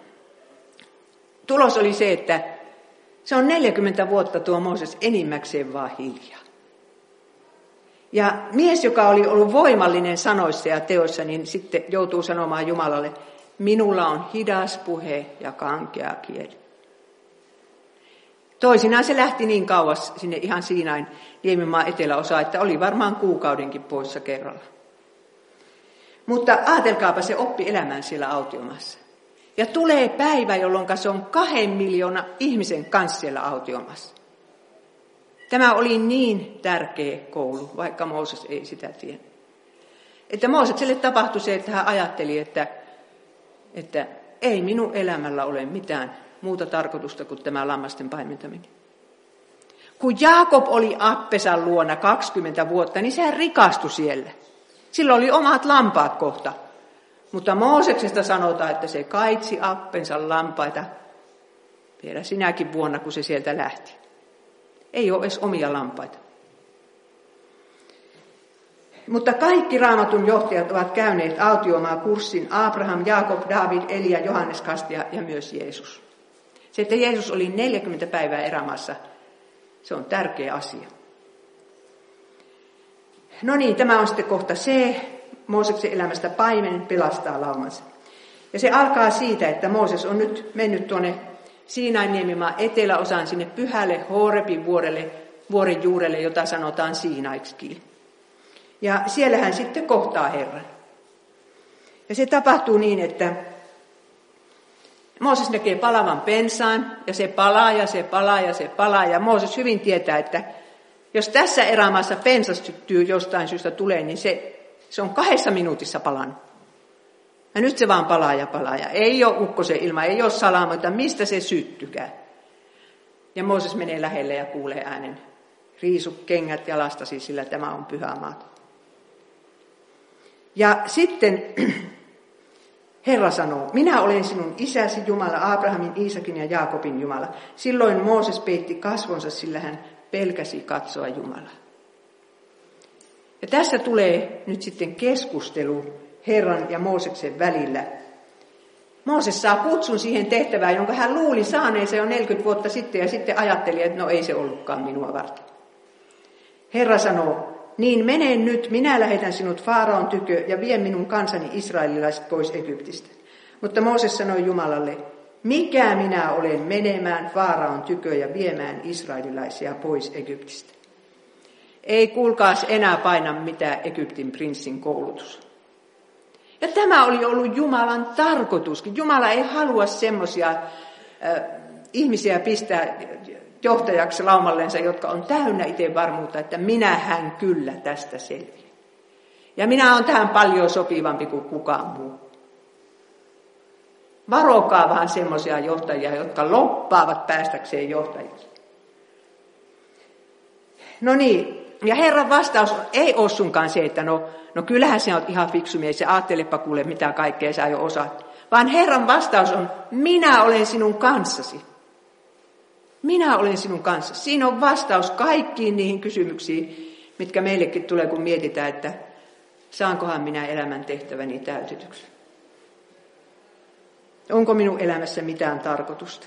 tulos oli se, että se on 40 vuotta tuo Mooses enimmäkseen vaan hiljaa. Ja mies, joka oli ollut voimallinen sanoissa ja teoissa, niin sitten joutuu sanomaan Jumalalle, minulla on hidas puhe ja kankea kieli. Toisinaan se lähti niin kauas sinne ihan Siinain Niemimaan eteläosaan, että oli varmaan kuukaudenkin poissa kerralla. Mutta ajatelkaapa, se oppi elämään siellä autiomaassa. Ja tulee päivä, jolloin se on 2 miljoonan ihmisen kanssa siellä autiomaassa. Tämä oli niin tärkeä koulu, vaikka Mooses ei sitä tiennyt. Että Moosekselle tapahtui se, että hän ajatteli, että ei minun elämällä ole mitään muuta tarkoitusta kuin tämä lammasten paimentaminen. Kun Jaakob oli appensa luona 20 vuotta, niin sehän rikastui siellä. Sillä oli omat lampaat kohta. Mutta Mooseksesta sanotaan, että se kaitsi appensa lampaita vielä sinäkin vuonna, kun se sieltä lähti. Ei ole edes omia lampaita. Mutta kaikki Raamatun johtajat ovat käyneet autiomaan kurssin: Abraham, Jaakob, David, Elia, Johannes Kastia ja myös Jeesus. Se, että Jeesus oli 40 päivää erämaassa, se on tärkeä asia. No niin, tämä on sitten kohta C. Mooseksen elämästä paimen pelastaa laumansa. Ja se alkaa siitä, että Mooses on nyt mennyt tuonne Siinain niemimaan eteläosaan sinne pyhälle Horebin vuoren juurelle, jota sanotaan Siinaiksi. Ja siellä hän sitten kohtaa Herran. Ja se tapahtuu niin, että Mooses näkee palavan pensaan, ja se palaa, ja se palaa, ja se palaa. Ja Mooses hyvin tietää, että jos tässä erämaassa pensas syttyy jostain syystä tulee, niin se on 2 minuutissa palannut. Ja nyt se vaan palaa ja palaa. Ja ei ole ukkosen ilma, ei ole salamoita, mistä se syttykää. Ja Mooses menee lähelle ja kuulee äänen: riisu kengät jalastasi, sillä tämä on pyhä maata. Ja sitten Herra sanoo: minä olen sinun isäsi Jumala, Abrahamin, Iisakin ja Jaakobin Jumala. Silloin Mooses peitti kasvonsa, sillä hän pelkäsi katsoa Jumalaa. Ja tässä tulee nyt sitten keskustelu Herran ja Mooseksen välillä. Mooses saa kutsun siihen tehtävään, jonka hän luuli saaneensa jo 40 vuotta sitten, ja sitten ajatteli, että no ei se ollutkaan minua varten. Herra sanoo: niin mene nyt, minä lähetän sinut Faaraon tykö ja vien minun kansani israelilaiset pois Egyptistä. Mutta Mooses sanoi Jumalalle: mikä minä olen menemään Faaraon tykö ja viemään israelilaisia pois Egyptistä? Ei kuulkaas enää paina mitään Egyptin prinssin koulutus. Ja tämä oli ollut Jumalan tarkoituskin. Jumala ei halua semmoisia ihmisiä pistää johtajaksi laumallensa, jotka on täynnä itsevarmuutta, että minähän kyllä tästä selviän. Ja minä olen tähän paljon sopivampi kuin kukaan muu. Varokaa vaan semmoisia johtajia, jotka loppaavat päästäkseen johtajiksi. No niin, ja Herran vastaus ei ole sunkaan se, että no kyllähän sinä olet ihan fiksu mies ja ajattelepa kuule mitä kaikkea sä jo osaat. Vaan Herran vastaus on: minä olen sinun kanssasi. Minä olen sinun kanssa. Siinä on vastaus kaikkiin niihin kysymyksiin, mitkä meillekin tulee, kun mietitään, että saankohan minä elämän tehtäväni täytetyksi. Onko minun elämässä mitään tarkoitusta?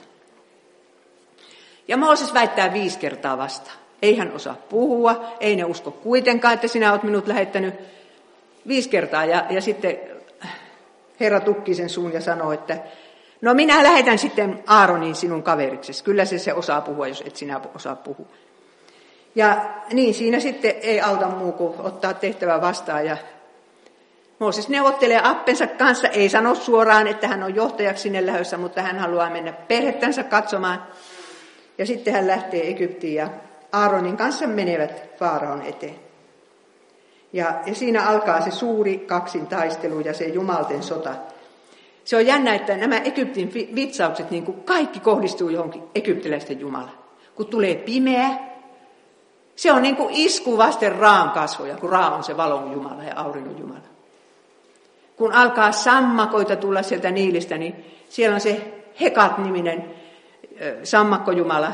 Ja Mooses väittää 5 kertaa vastaan. Ei hän osaa puhua, ei ne usko kuitenkaan, että sinä olet minut lähettänyt 5 kertaa. Ja sitten Herra tukkii sen suun ja sanoo, että no minä lähetän sitten Aaronin sinun kaveriksesi. Kyllä se osaa puhua, jos et sinä osaa puhua. Ja niin siinä sitten ei auta muu kuin ottaa tehtävä vastaan. Ja Mooses neuvottelee appensa kanssa, ei sano suoraan, että hän on johtajaksi sinne lähdössä, mutta hän haluaa mennä perhettänsä katsomaan. Ja sitten hän lähtee Egyptiin ja Aaronin kanssa menevät Faaraon eteen. Ja siinä alkaa se suuri kaksintaistelu ja se jumalten sota. Se on jännä, että nämä Egyptin vitsaukset, niin kuin kaikki kohdistuu johonkin egyptiläisten Jumalaan. Kun tulee pimeä, se on niin kuin isku vasten Raan kasvoja, kun Raa on se valon Jumala ja auringon Jumala. Kun alkaa sammakoita tulla sieltä Niilistä, niin siellä on se Hekat-niminen sammakkojumala,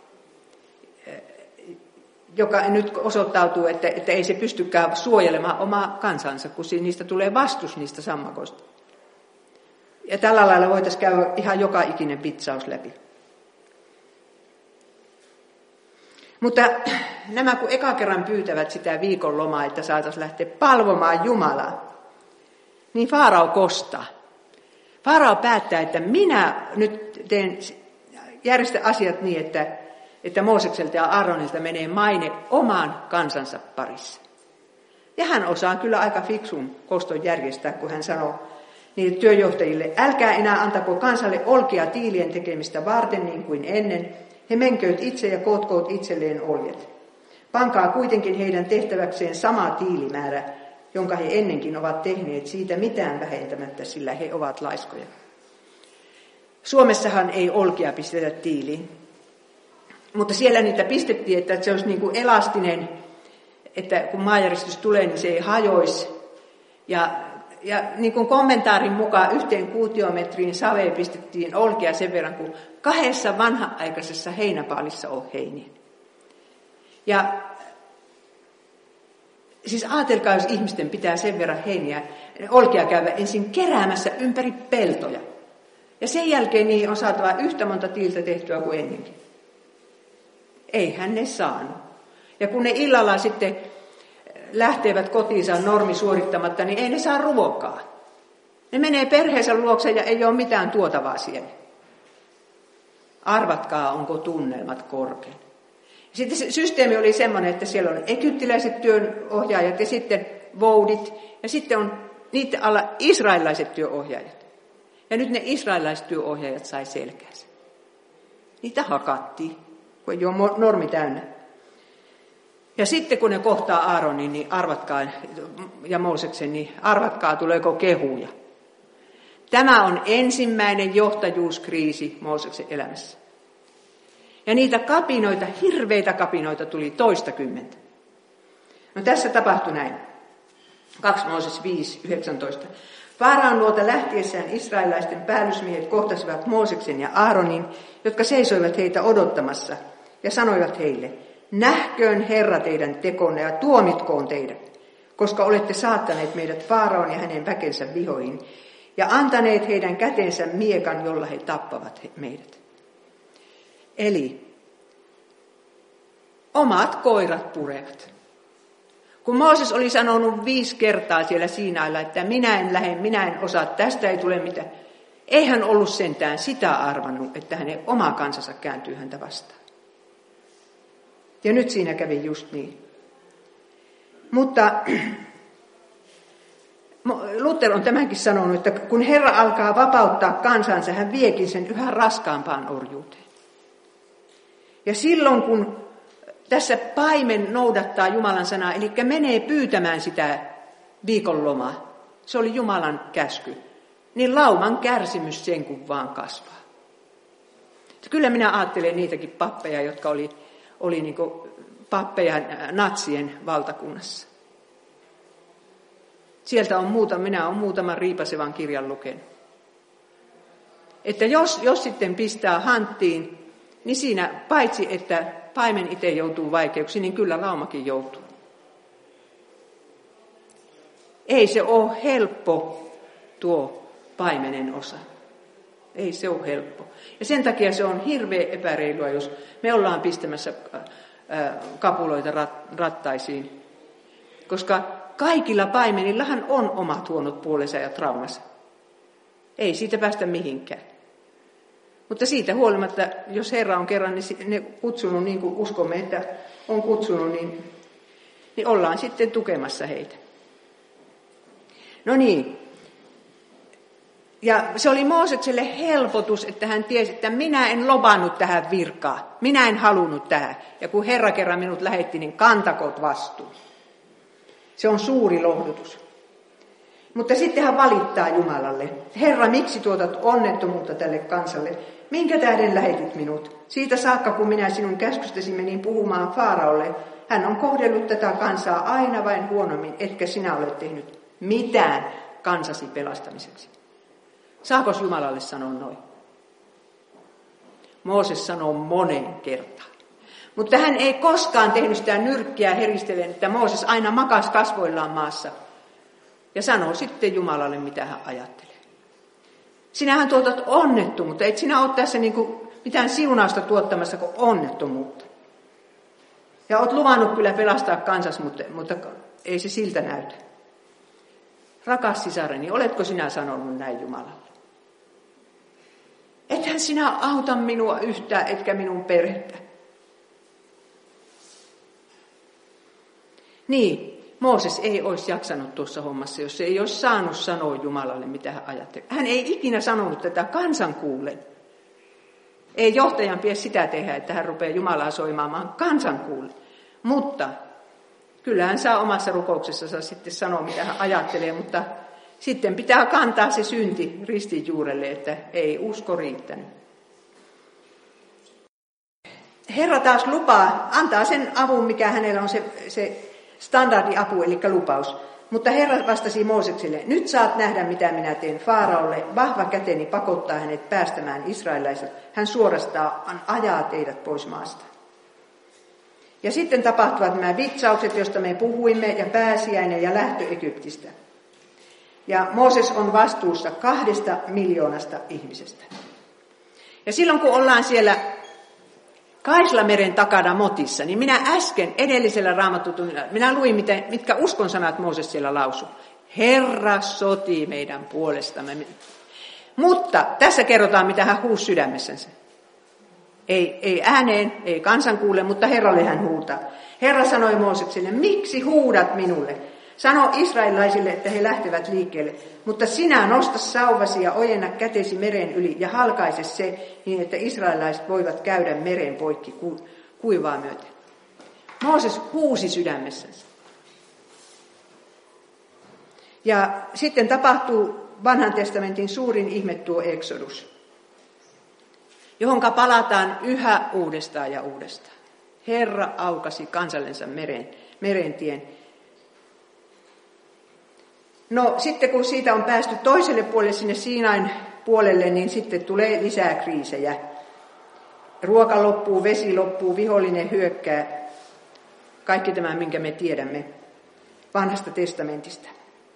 joka nyt osoittautuu, että ei se pystykään suojelemaan omaa kansansa, kun niistä tulee vastus niistä sammakoista. Ja tällä lailla voitaisiin käydä ihan joka ikinen vitsaus läpi. Mutta nämä kun eka kerran pyytävät sitä viikonlomaa, että saataisiin lähteä palvomaan Jumalaa, niin Faarao kostaa. Faarao päättää, että minä nyt järjestän asiat niin, että Moosekselta ja Aaronilta menee maine oman kansansa parissa. Ja hän osaa kyllä aika fiksun koston järjestää, kun hän sanoo niille työjohtajille: älkää enää antako kansalle olkia tiilien tekemistä varten niin kuin ennen. He menkööt itse ja kootkoot itselleen oljet. Pankaa kuitenkin heidän tehtäväkseen sama tiilimäärä, jonka he ennenkin ovat tehneet, siitä mitään vähentämättä, sillä he ovat laiskoja. Suomessahan ei olkia pistetä tiiliin, mutta siellä niitä pistettiin, että se olisi niin kuin elastinen, että kun maanjäristys tulee, niin se ei hajoisi. Ja niin kuin kommentaarin mukaan 1 kuutiometriin saveen pistettiin olkia sen verran, kun 2 vanha-aikaisessa heinäpaalissa on heiniä. Ja siis ajatelkaa, jos ihmisten pitää sen verran olkia käydä ensin keräämässä ympäri peltoja. Ja sen jälkeen niihin on saatava yhtä monta tiiltä tehtyä kuin ennenkin. Eihän ne saanut. Ja kun ne illalla sitten lähtevät kotiinsa normi suorittamatta, niin ei ne saa ruokaa. Ne menee perheensä luokse ja ei ole mitään tuotavaa siellä. Arvatkaa, onko tunnelmat korkein. Sitten se systeemi oli semmoinen, että siellä on egyptiläiset työnohjaajat ja sitten voudit ja sitten on niiden alla israelilaiset työnohjaajat. Ja nyt ne israelilaiset työnohjaajat sai selkäänsä. Niitä hakattiin, kun ei ole normi täynnä. Ja sitten kun ne kohtaa Aaronin, niin arvatkaa, ja Mooseksen, niin arvatkaa, tuleeko kehuja. Tämä on ensimmäinen johtajuuskriisi Mooseksen elämässä. Ja niitä kapinoita, hirveitä kapinoita tuli 20. No tässä tapahtui näin. 2 Mooses 5:19. Faaraon luota lähtiessään israelilaisten päällysmiehet kohtasivat Mooseksen ja Aaronin, jotka seisoivat heitä odottamassa, ja sanoivat heille: nähköön Herra teidän tekonne ja tuomitkoon teidät, koska olette saattaneet meidät Faaraon ja hänen väkensä vihoihin, ja antaneet heidän kätensä miekan, jolla he tappavat meidät. Eli omat koirat purevat. Kun Mooses oli sanonut 5 kertaa siellä Siinailla, että minä en lähde, minä en osaa, tästä ei tule mitään. Ei hän ollut sentään sitä arvannut, että hänen oma kansansa kääntyy häntä vastaan. Ja nyt siinä kävi just niin. Mutta Luther on tämänkin sanonut, että kun Herra alkaa vapauttaa kansansa, hän viekin sen yhä raskaampaan orjuuteen. Ja silloin kun tässä paimen noudattaa Jumalan sanaa, eli menee pyytämään sitä viikonlomaa, se oli Jumalan käsky, niin lauman kärsimys sen kun vaan kasvaa. Kyllä minä ajattelen niitäkin pappeja, jotka oli niin kuin pappeja natsien valtakunnassa. Sieltä minä olen muutaman riipasevan kirjan lukenut. Että jos sitten pistää hanttiin, niin siinä paitsi, että paimen itse joutuu vaikeuksiin, niin kyllä laumakin joutuu. Ei se ole helppo tuo paimenen osa. Ei se ole helppo. Ja sen takia se on hirveän epäreilua, jos me ollaan pistämässä kapuloita rattaisiin. Koska kaikilla paimenillahan on omat huonot puolensa ja traumansa. Ei siitä päästä mihinkään. Mutta siitä huolimatta, jos Herra on kerran ne kutsunut niin kuin uskomme, että on kutsunut, niin ollaan sitten tukemassa heitä. No niin. Ja se oli Moosekselle helpotus, että hän tiesi, että minä en lobannut tähän virkaan. Minä en halunnut tähän. Ja kun Herra kerran minut lähetti, niin kantakoot vastuun. Se on suuri lohdutus. Mutta sitten hän valittaa Jumalalle. Herra, miksi tuotat onnettomuutta tälle kansalle? Minkä tähden lähetit minut? Siitä saakka, kun minä sinun käskystäsi menin puhumaan Faaraolle, hän on kohdellut tätä kansaa aina vain huonommin, etkä sinä ole tehnyt mitään kansasi pelastamiseksi. Saako Jumalalle sanoa noin? Mooses sanoo moneen kertaan. Mutta hän ei koskaan tehnyt sitä nyrkkiä heristellen, että Mooses aina makasi kasvoillaan maassa ja sanoo sitten Jumalalle, mitä hän ajattelee. Sinähän tuotat onnettomuutta, et sinä ole tässä mitään siunausta tuottamassa kuin onnettomuutta. Ja olet luvannut kyllä pelastaa kansas, mutta ei se siltä näytä. Rakas sisareni, oletko sinä sanonut näin Jumalalle? Ethän sinä auta minua yhtään, etkä minun perhettä. Niin, Mooses ei olisi jaksanut tuossa hommassa, jos se ei olisi saanut sanoa Jumalalle, mitä hän ajattelee. Hän ei ikinä sanonut tätä kansan kuullen. Ei johtajan pidä sitä tehdä, että hän rupeaa Jumalaa soimaamaan kansan kuullen. Mutta Kyllä hän saa omassa rukouksessansa sitten sanoa, mitä hän ajattelee, mutta sitten pitää kantaa se synti ristin juurelle, että ei usko riittänyt. Herra taas lupaa, antaa sen avun, mikä hänellä on se standardiapu, eli lupaus. Mutta Herra vastasi Moosekselle, nyt saat nähdä, mitä minä teen Faaraolle. Vahva käteni pakottaa hänet päästämään israelilaiset. Hän suorastaan ajaa teidät pois maasta. Ja sitten tapahtuvat nämä vitsaukset, joista me puhuimme, ja pääsiäinen ja lähtö Egyptistä. Ja Mooses on vastuussa 2 miljoonasta ihmisestä. Ja silloin kun ollaan siellä Kaislameren takana Motissa, niin minä äsken edellisellä Raamattutunnilla, minä luin, mitkä uskon sanat Mooses siellä lausui. Herra sotii meidän puolestamme. Mutta tässä kerrotaan, mitä hän huusi sydämessänsä. Ei ääneen, ei kansan kuule, mutta Herralle hän huutaa. Herra sanoi Moosekselle, miksi huudat minulle? Sano israelilaisille, että he lähtevät liikkeelle, mutta sinä nosta sauvasi ja ojenna kätesi meren yli ja halkaise se niin, että israelilaiset voivat käydä meren poikki kuivaa myöten. Mooses huusi sydämessänsä. Ja sitten tapahtuu vanhan testamentin suurin ihme tuo Exodus, johonka palataan yhä uudestaan ja uudestaan. Herra aukasi kansallensa merentien. No sitten kun siitä on päästy toiselle puolelle sinne Siinain puolelle, niin sitten tulee lisää kriisejä. Ruoka loppuu, vesi loppuu, vihollinen hyökkää. Kaikki tämä, minkä me tiedämme vanhasta testamentista.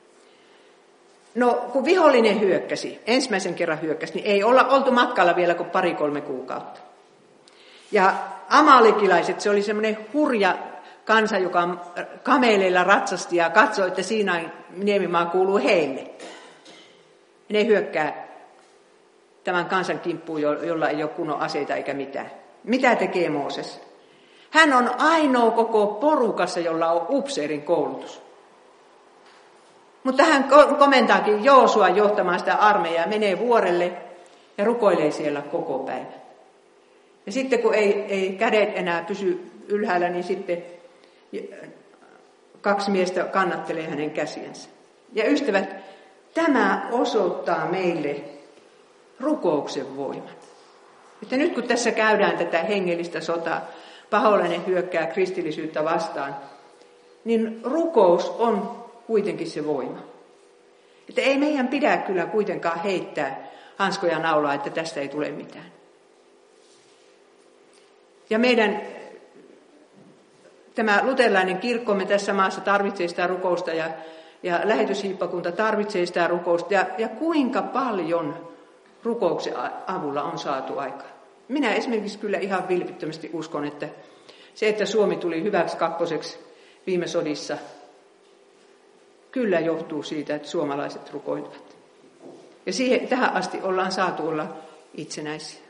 No kun vihollinen hyökkäsi, ensimmäisen kerran hyökkäsi, niin ei olla oltu matkalla vielä kuin 2-3 kuukautta. Ja amalekilaiset, se oli semmoinen hurja kansa, joka kameleilla ratsasti ja katsoi, että Siinain niemimaa kuuluu heille. Ne hyökkää tämän kansan kimppuun, jolla ei ole kunnon aseita eikä mitään. Mitä tekee Mooses? Hän on ainoa koko porukassa, jolla on upseerin koulutus. Mutta hän komentaakin Joosua johtamaan sitä armeijaa, menee vuorelle ja rukoilee siellä koko päivän. Ja sitten kun ei kädet enää pysy ylhäällä, niin sitten 2 miestä kannattelee hänen käsiänsä. Ja ystävät, tämä osoittaa meille rukouksen voiman. Että nyt kun tässä käydään tätä hengellistä sotaa, paholainen hyökkää kristillisyyttä vastaan, niin rukous on kuitenkin se voima. Että ei meidän pidä kyllä kuitenkaan heittää hanskoja naulaa, että tästä ei tule mitään. Ja tämä luterilainen kirkkomme tässä maassa tarvitsee sitä rukousta ja lähetyshiippakunta tarvitsee sitä rukousta. Ja kuinka paljon rukouksen avulla on saatu aikaan. Minä esimerkiksi kyllä ihan vilpittömästi uskon, että se, että Suomi tuli hyväksi kakkoseksi viime sodissa, kyllä johtuu siitä, että suomalaiset rukoilivat. Ja tähän asti ollaan saatu olla itsenäisiä.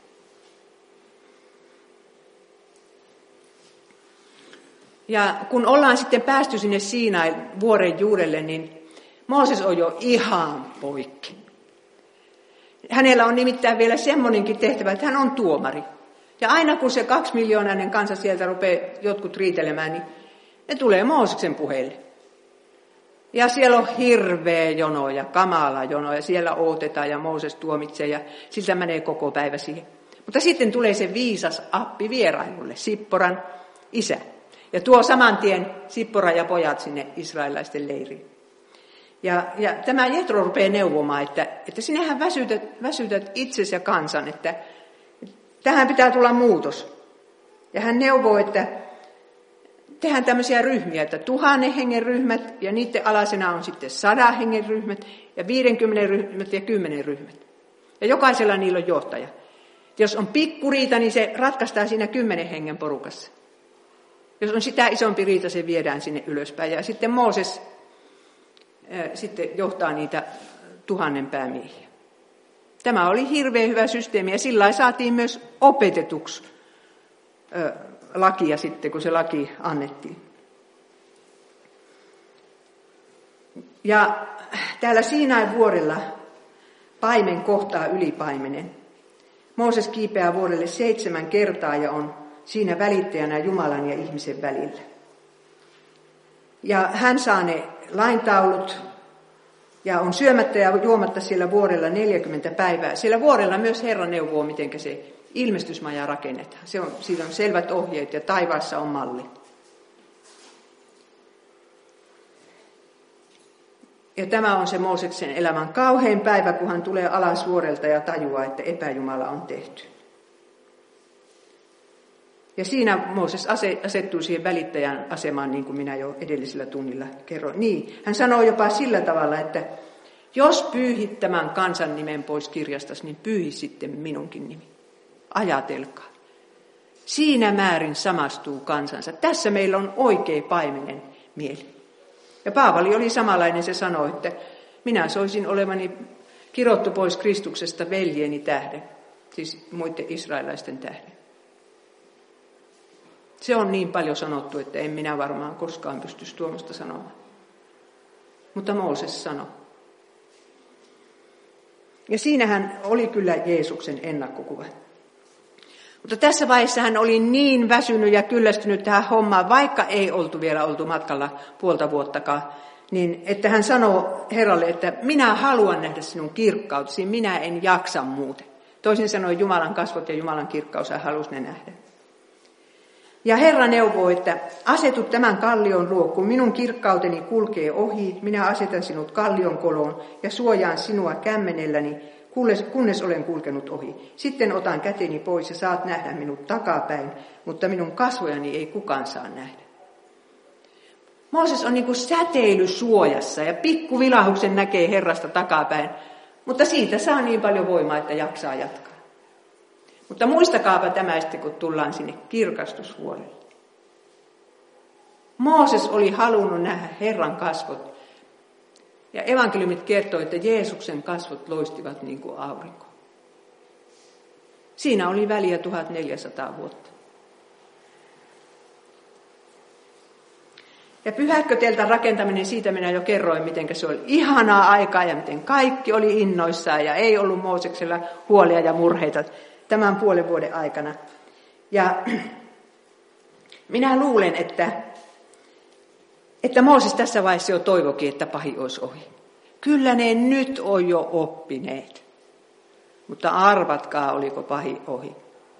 Ja kun ollaan sitten päästy sinne Siinain vuoren juurelle, niin Mooses on jo ihan poikki. Hänellä on nimittäin vielä semmoinenkin tehtävä, että hän on tuomari. Ja aina kun se 2 miljoonainen kansa sieltä rupeaa jotkut riitelemään, niin ne tulee Mooseksen puheille. Ja siellä on hirveä jono ja kamala jono ja siellä odotetaan ja Mooses tuomitsee ja siltä menee koko päivä siihen. Mutta sitten tulee se viisas appi vierailulle, Sipporan isä. Ja tuo saman tien Sippora ja pojat sinne israelilaisten leiriin. Ja tämä Jetro rupeaa neuvomaan, että sinähän väsytät itsesi ja kansan, että tähän pitää tulla muutos. Ja hän neuvoo, että tehdään tämmöisiä ryhmiä, että 1000 hengen ryhmät ja niiden alasena on sitten 100 hengen ryhmät ja 50 ryhmät ja 10 ryhmät. Ja jokaisella niillä on johtaja. Jos on pikkuriita, niin se ratkaistaan siinä 10 hengen porukassa. Jos on sitä isompi riita, se viedään sinne ylöspäin. Ja sitten Mooses sitten johtaa niitä 1000 päämiehiä. Tämä oli hirveän hyvä systeemi ja sillä lailla saatiin myös opetetuksi lakia sitten, kun se laki annettiin. Ja täällä Siinain vuorella paimen kohtaa ylipaimenen. Mooses kiipeää vuorelle 7 kertaa ja on siinä välittäjänä Jumalan ja ihmisen välillä. Ja hän saa ne laintaulut ja on syömättä ja juomatta siellä vuorella 40 päivää. Siellä vuorella myös Herra neuvoo, miten se ilmestysmaja rakennetaan. Siitä on selvät ohjeet ja taivaassa on malli. Ja tämä on se Mooseksen elämän kauhein päivä, kun hän tulee alas vuorelta ja tajuaa, että epäjumala on tehty. Ja siinä Mooses asettuu siihen välittäjän asemaan, niin kuin minä jo edellisellä tunnilla kerroin. Niin, hän sanoo jopa sillä tavalla, että jos pyyhit tämän kansan nimen pois kirjastasi, niin pyyhi sitten minunkin nimi. Ajatelkaa. Siinä määrin samastuu kansansa. Tässä meillä on oikea paimenen mieli. Ja Paavali oli samanlainen, se sanoi, että minä soisin olevani kirottu pois Kristuksesta veljeni tähden, siis muiden israelaisten tähden. Se on niin paljon sanottu, että en minä varmaan koskaan pystyisi tuommoista sanomaan. Mutta Mooses sanoi. Ja siinähän oli kyllä Jeesuksen ennakkokuva. Mutta tässä vaiheessa hän oli niin väsynyt ja kyllästynyt tähän hommaan, vaikka ei vielä oltu matkalla puolta vuottakaan, niin että hän sanoo Herralle, että minä haluan nähdä sinun kirkkautesi, minä en jaksa muuten. Toisin sanoen Jumalan kasvot ja Jumalan kirkkaus hän halusi ne nähdä. Ja Herra neuvoo, että asetu tämän kallion luo, kun minun kirkkauteni kulkee ohi, minä asetan sinut kallion koloon ja suojaan sinua kämmenelläni, kunnes olen kulkenut ohi. Sitten otan käteni pois ja saat nähdä minut takapäin, mutta minun kasvojani ei kukaan saa nähdä. Mooses on niin kuin säteilysuojassa ja pikkuvilahuksen näkee Herrasta takapäin, mutta siitä saa niin paljon voimaa, että jaksaa jatkaa. Mutta muistakaapa tämä sitten, kun tullaan sinne kirkastushuolelle. Mooses oli halunnut nähdä Herran kasvot. Ja evankeliumit kertoo, että Jeesuksen kasvot loistivat niin kuin aurinko. Siinä oli väliä 1400 vuotta. Ja pyhäkköteltan rakentaminen, siitä minä jo kerroin, miten se oli ihanaa aikaa ja miten kaikki oli innoissaan ja ei ollut Mooseksella huolia ja murheita tämän puolen vuoden aikana. Ja minä luulen, että Mooses tässä vaiheessa jo toivokin, että pahi olisi ohi. Kyllä ne nyt on jo oppineet. Mutta arvatkaa, oliko pahi ohi.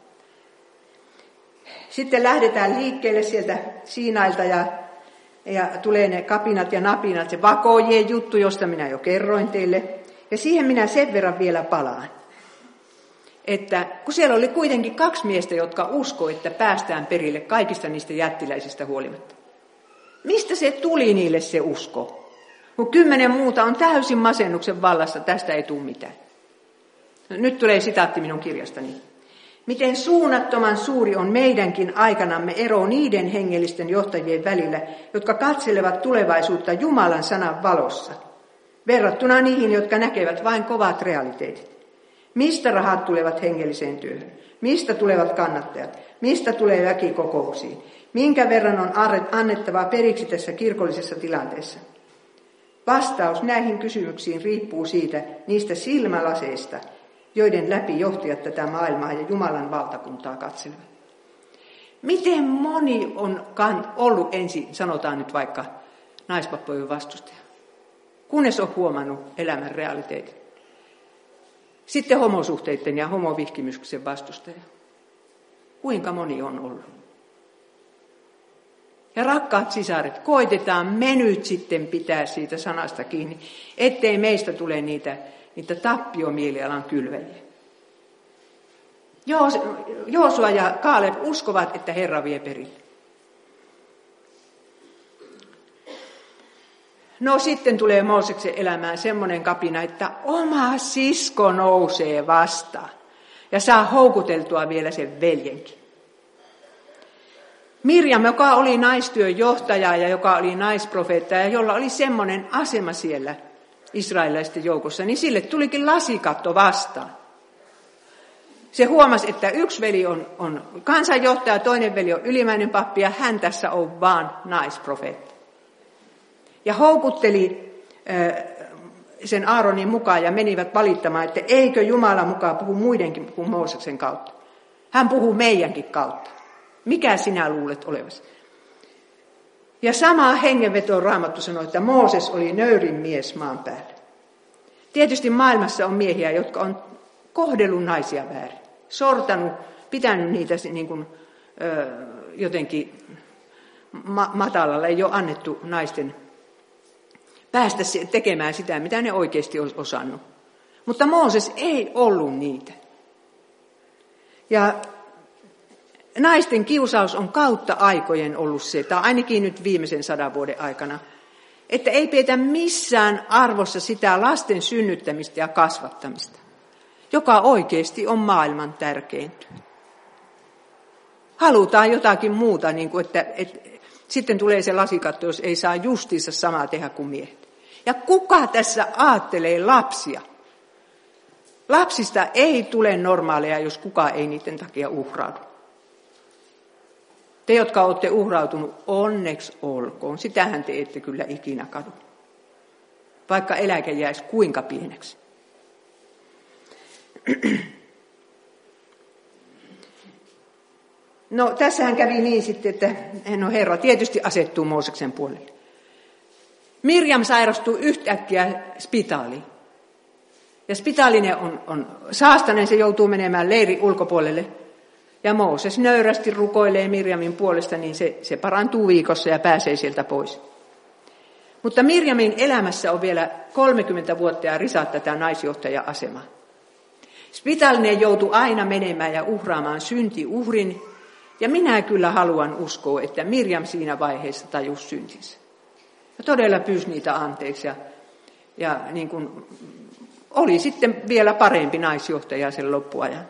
Sitten lähdetään liikkeelle sieltä Siinailta ja tulee ne kapinat ja napinat, se vakojen juttu, josta minä jo kerroin teille. Ja siihen minä sen verran vielä palaan. Että kun siellä oli kuitenkin 2 miestä, jotka uskoi, että päästään perille kaikista niistä jättiläisistä huolimatta. Mistä se tuli niille se usko? Kun 10 muuta on täysin masennuksen vallassa, tästä ei tule mitään. No, nyt tulee sitaatti minun kirjastani. Miten suunnattoman suuri on meidänkin aikanamme ero niiden hengellisten johtajien välillä, jotka katselevat tulevaisuutta Jumalan sanan valossa, verrattuna niihin, jotka näkevät vain kovat realiteetit. Mistä rahat tulevat hengelliseen työhön? Mistä tulevat kannattajat? Mistä tulee väki kokouksiin? Minkä verran on annettava periksi tässä kirkollisessa tilanteessa? Vastaus näihin kysymyksiin riippuu niistä silmälaseista, joiden läpi johtajat tätä maailmaa ja Jumalan valtakuntaa katselevat. Miten moni on ollut ensin, sanotaan nyt vaikka naispappojen vastustaja, kunnes on huomannut elämän realiteetit. Sitten homosuhteiden ja homovihkimyksen vastustaja. Kuinka moni on ollut? Ja rakkaat sisaret, koitetaan me nyt sitten pitää siitä sanasta kiinni, ettei meistä tule niitä tappiomielialan kylväjiä. Joosua ja Kaaleb uskovat, että Herra vie perille. No sitten tulee Mooseksen elämään semmoinen kapina, että oma sisko nousee vastaan ja saa houkuteltua vielä sen veljenkin. Mirjam, joka oli naistyön johtaja ja joka oli naisprofeetta ja jolla oli semmoinen asema siellä israelilaisten joukossa, niin sille tulikin lasikatto vastaan. Se huomasi, että yksi veli on kansanjohtaja, toinen veli on ylimäinen pappi ja hän tässä on vaan naisprofeetta. Ja houkutteli sen Aaronin mukaan ja menivät valittamaan, että eikö Jumala mukaan puhu muidenkin kuin Mooseksen kautta. Hän puhuu meidänkin kautta. Mikä sinä luulet olevasi? Ja sama hengenveto Raamattu sanoo, että Mooses oli nöyrin mies maan päällä. Tietysti maailmassa on miehiä, jotka on kohdellut naisia väärin. Sortanut, pitänyt niitä niin kuin, jotenkin matalalla. Ei ole annettu naisten päästä tekemään sitä, mitä ne oikeasti olisi osannut. Mutta Mooses ei ollut niitä. Ja naisten kiusaus on kautta aikojen ollut se, tai ainakin nyt viimeisen 100 vuoden aikana, että ei pidetä missään arvossa sitä lasten synnyttämistä ja kasvattamista, joka oikeasti on maailman tärkein työ. Halutaan jotakin muuta, niin kuin että sitten tulee se lasikatto, jos ei saa justiinsa samaa tehdä kuin miehet. Ja kuka tässä aattelee lapsia? Lapsista ei tule normaaleja, jos kukaan ei niiden takia uhraudu. Te, jotka olette uhrautunut, onneksi olkoon. Sitähän te ette kyllä ikinä kadu. Vaikka eläke jäisi kuinka pieneksi. No tässähän kävi niin sitten, että Herra tietysti asettuu Mooseksen puolelle. Mirjam sairastuu yhtäkkiä spitaaliin. Ja spitaalinen on saastainen, se joutuu menemään leirin ulkopuolelle. Ja Mooses nöyrästi rukoilee Mirjamin puolesta, niin se parantuu viikossa ja pääsee sieltä pois. Mutta Mirjamin elämässä on vielä 30 vuotta ja risaa tätä naisjohtaja-asemaa. Spitaalinen joutuu aina menemään ja uhraamaan syntiuhrin. Ja minä kyllä haluan uskoa, että Mirjam siinä vaiheessa tajusi syntinsä. Ja todella pyysi niitä anteeksi ja niin kuin oli sitten vielä parempi naisjohtaja sen loppuajan.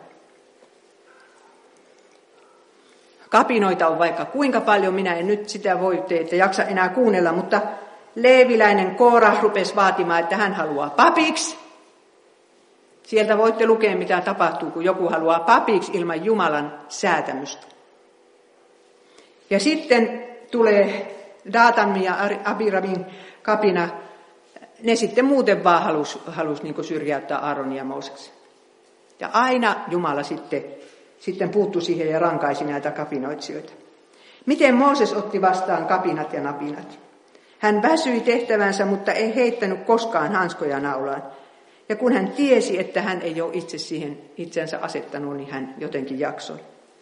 Kapinoita on vaikka kuinka paljon, minä en nyt sitä voi teitä jaksa enää kuunnella, mutta leeviläinen Koora rupesi vaatimaan, että hän haluaa papiksi. Sieltä voitte lukea, mitä tapahtuu, kun joku haluaa papiksi ilman Jumalan säätämystä. Ja sitten tulee Daatanin ja Abiramin kapina. Ne sitten muuten vaan halusi niin kuin syrjäyttää Aaronin ja Mooseksen. Ja aina Jumala sitten puuttui siihen ja rankaisi näitä kapinoitsijoita. Miten Mooses otti vastaan kapinat ja napinat? Hän väsyi tehtävänsä, mutta ei heittänyt koskaan hanskoja naulaan. Ja kun hän tiesi, että hän ei ole itse siihen itsensä asettanut, niin hän jotenkin jaksoi.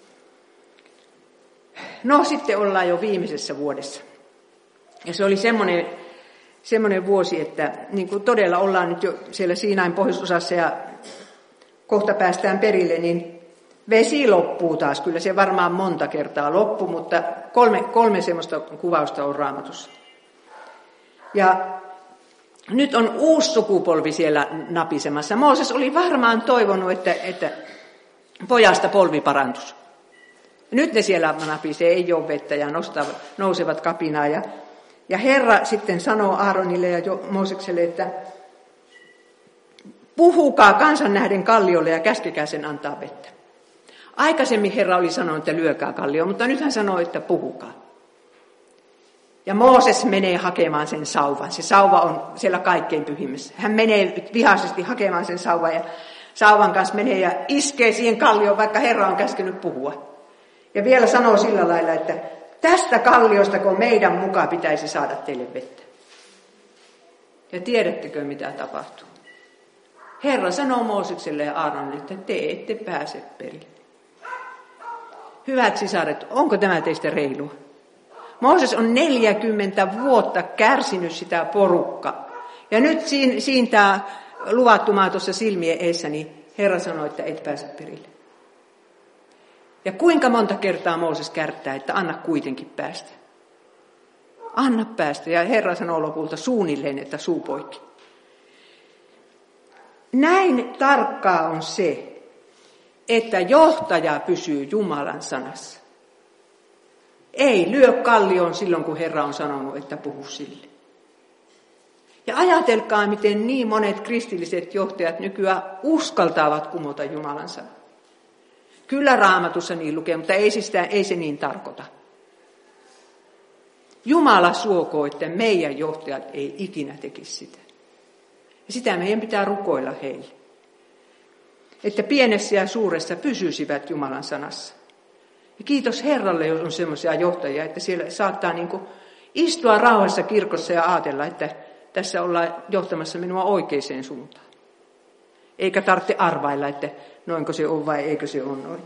No sitten ollaan jo viimeisessä vuodessa. Ja se oli semmoinen vuosi, että niin kuin todella ollaan nyt jo siellä Siinain pohjoisosassa ja kohta päästään perille, niin vesi loppuu taas. Kyllä se varmaan monta kertaa loppuu, mutta kolme semmoista kuvausta on Raamatussa. Ja nyt on uusi sukupolvi siellä napisemassa. Mooses oli varmaan toivonut, että pojasta polvi parantuisi. Nyt ne siellä napisee, ei ole vettä ja nousevat kapinaa. Ja Herra sitten sanoo Aaronille ja Moosekselle, että puhukaa kansan nähden kalliolle ja käskekää sen antaa vettä. Aikaisemmin Herra oli sanonut, että lyökää kallio, mutta nyt hän sanoo, että puhukaa. Ja Mooses menee hakemaan sen sauvan. Se sauva on siellä kaikkein pyhimmässä. Hän menee vihaisesti hakemaan sen sauvan ja sauvan kanssa menee ja iskee siihen kallioon, vaikka Herra on käskenyt puhua. Ja vielä sanoo sillä lailla, että tästä kalliosta, kun meidän mukaan pitäisi saada teille vettä. Ja tiedättekö, mitä tapahtuu? Herra sanoo Moosekselle ja Aaronille, että te ette pääse perille. Hyvät sisaret, onko tämä teistä reilua? Mooses on 40 vuotta kärsinyt sitä porukkaa. Ja nyt siinä tämä luvattu maa tuossa silmien eessä, niin Herra sanoi, että et pääse perille. Ja kuinka monta kertaa Mooses kärttää, että anna kuitenkin päästä. Anna päästä. Ja Herra sanoo lopulta suunnilleen, että suu poikki. Näin tarkkaa on se, että johtaja pysyy Jumalan sanassa. Ei lyö kallioon silloin, kun Herra on sanonut, että puhu sille. Ja ajatelkaa, miten niin monet kristilliset johtajat nykyään uskaltaavat kumota Jumalan sanaa. Kyllä Raamatussa niin lukee, mutta ei se niin tarkoita. Jumala suokoo, että meidän johtajat ei ikinä tekisi sitä. Ja sitä meidän pitää rukoilla heille. Että pienessä ja suuressa pysyisivät Jumalan sanassa. Ja kiitos Herralle, jos on semmoisia johtajia, että siellä saattaa niin kuin Istua rauhassa kirkossa ja ajatella, että tässä ollaan johtamassa minua oikeaan suuntaan. Eikä tarvitse arvailla, että noinko se on vai eikö se ole noin.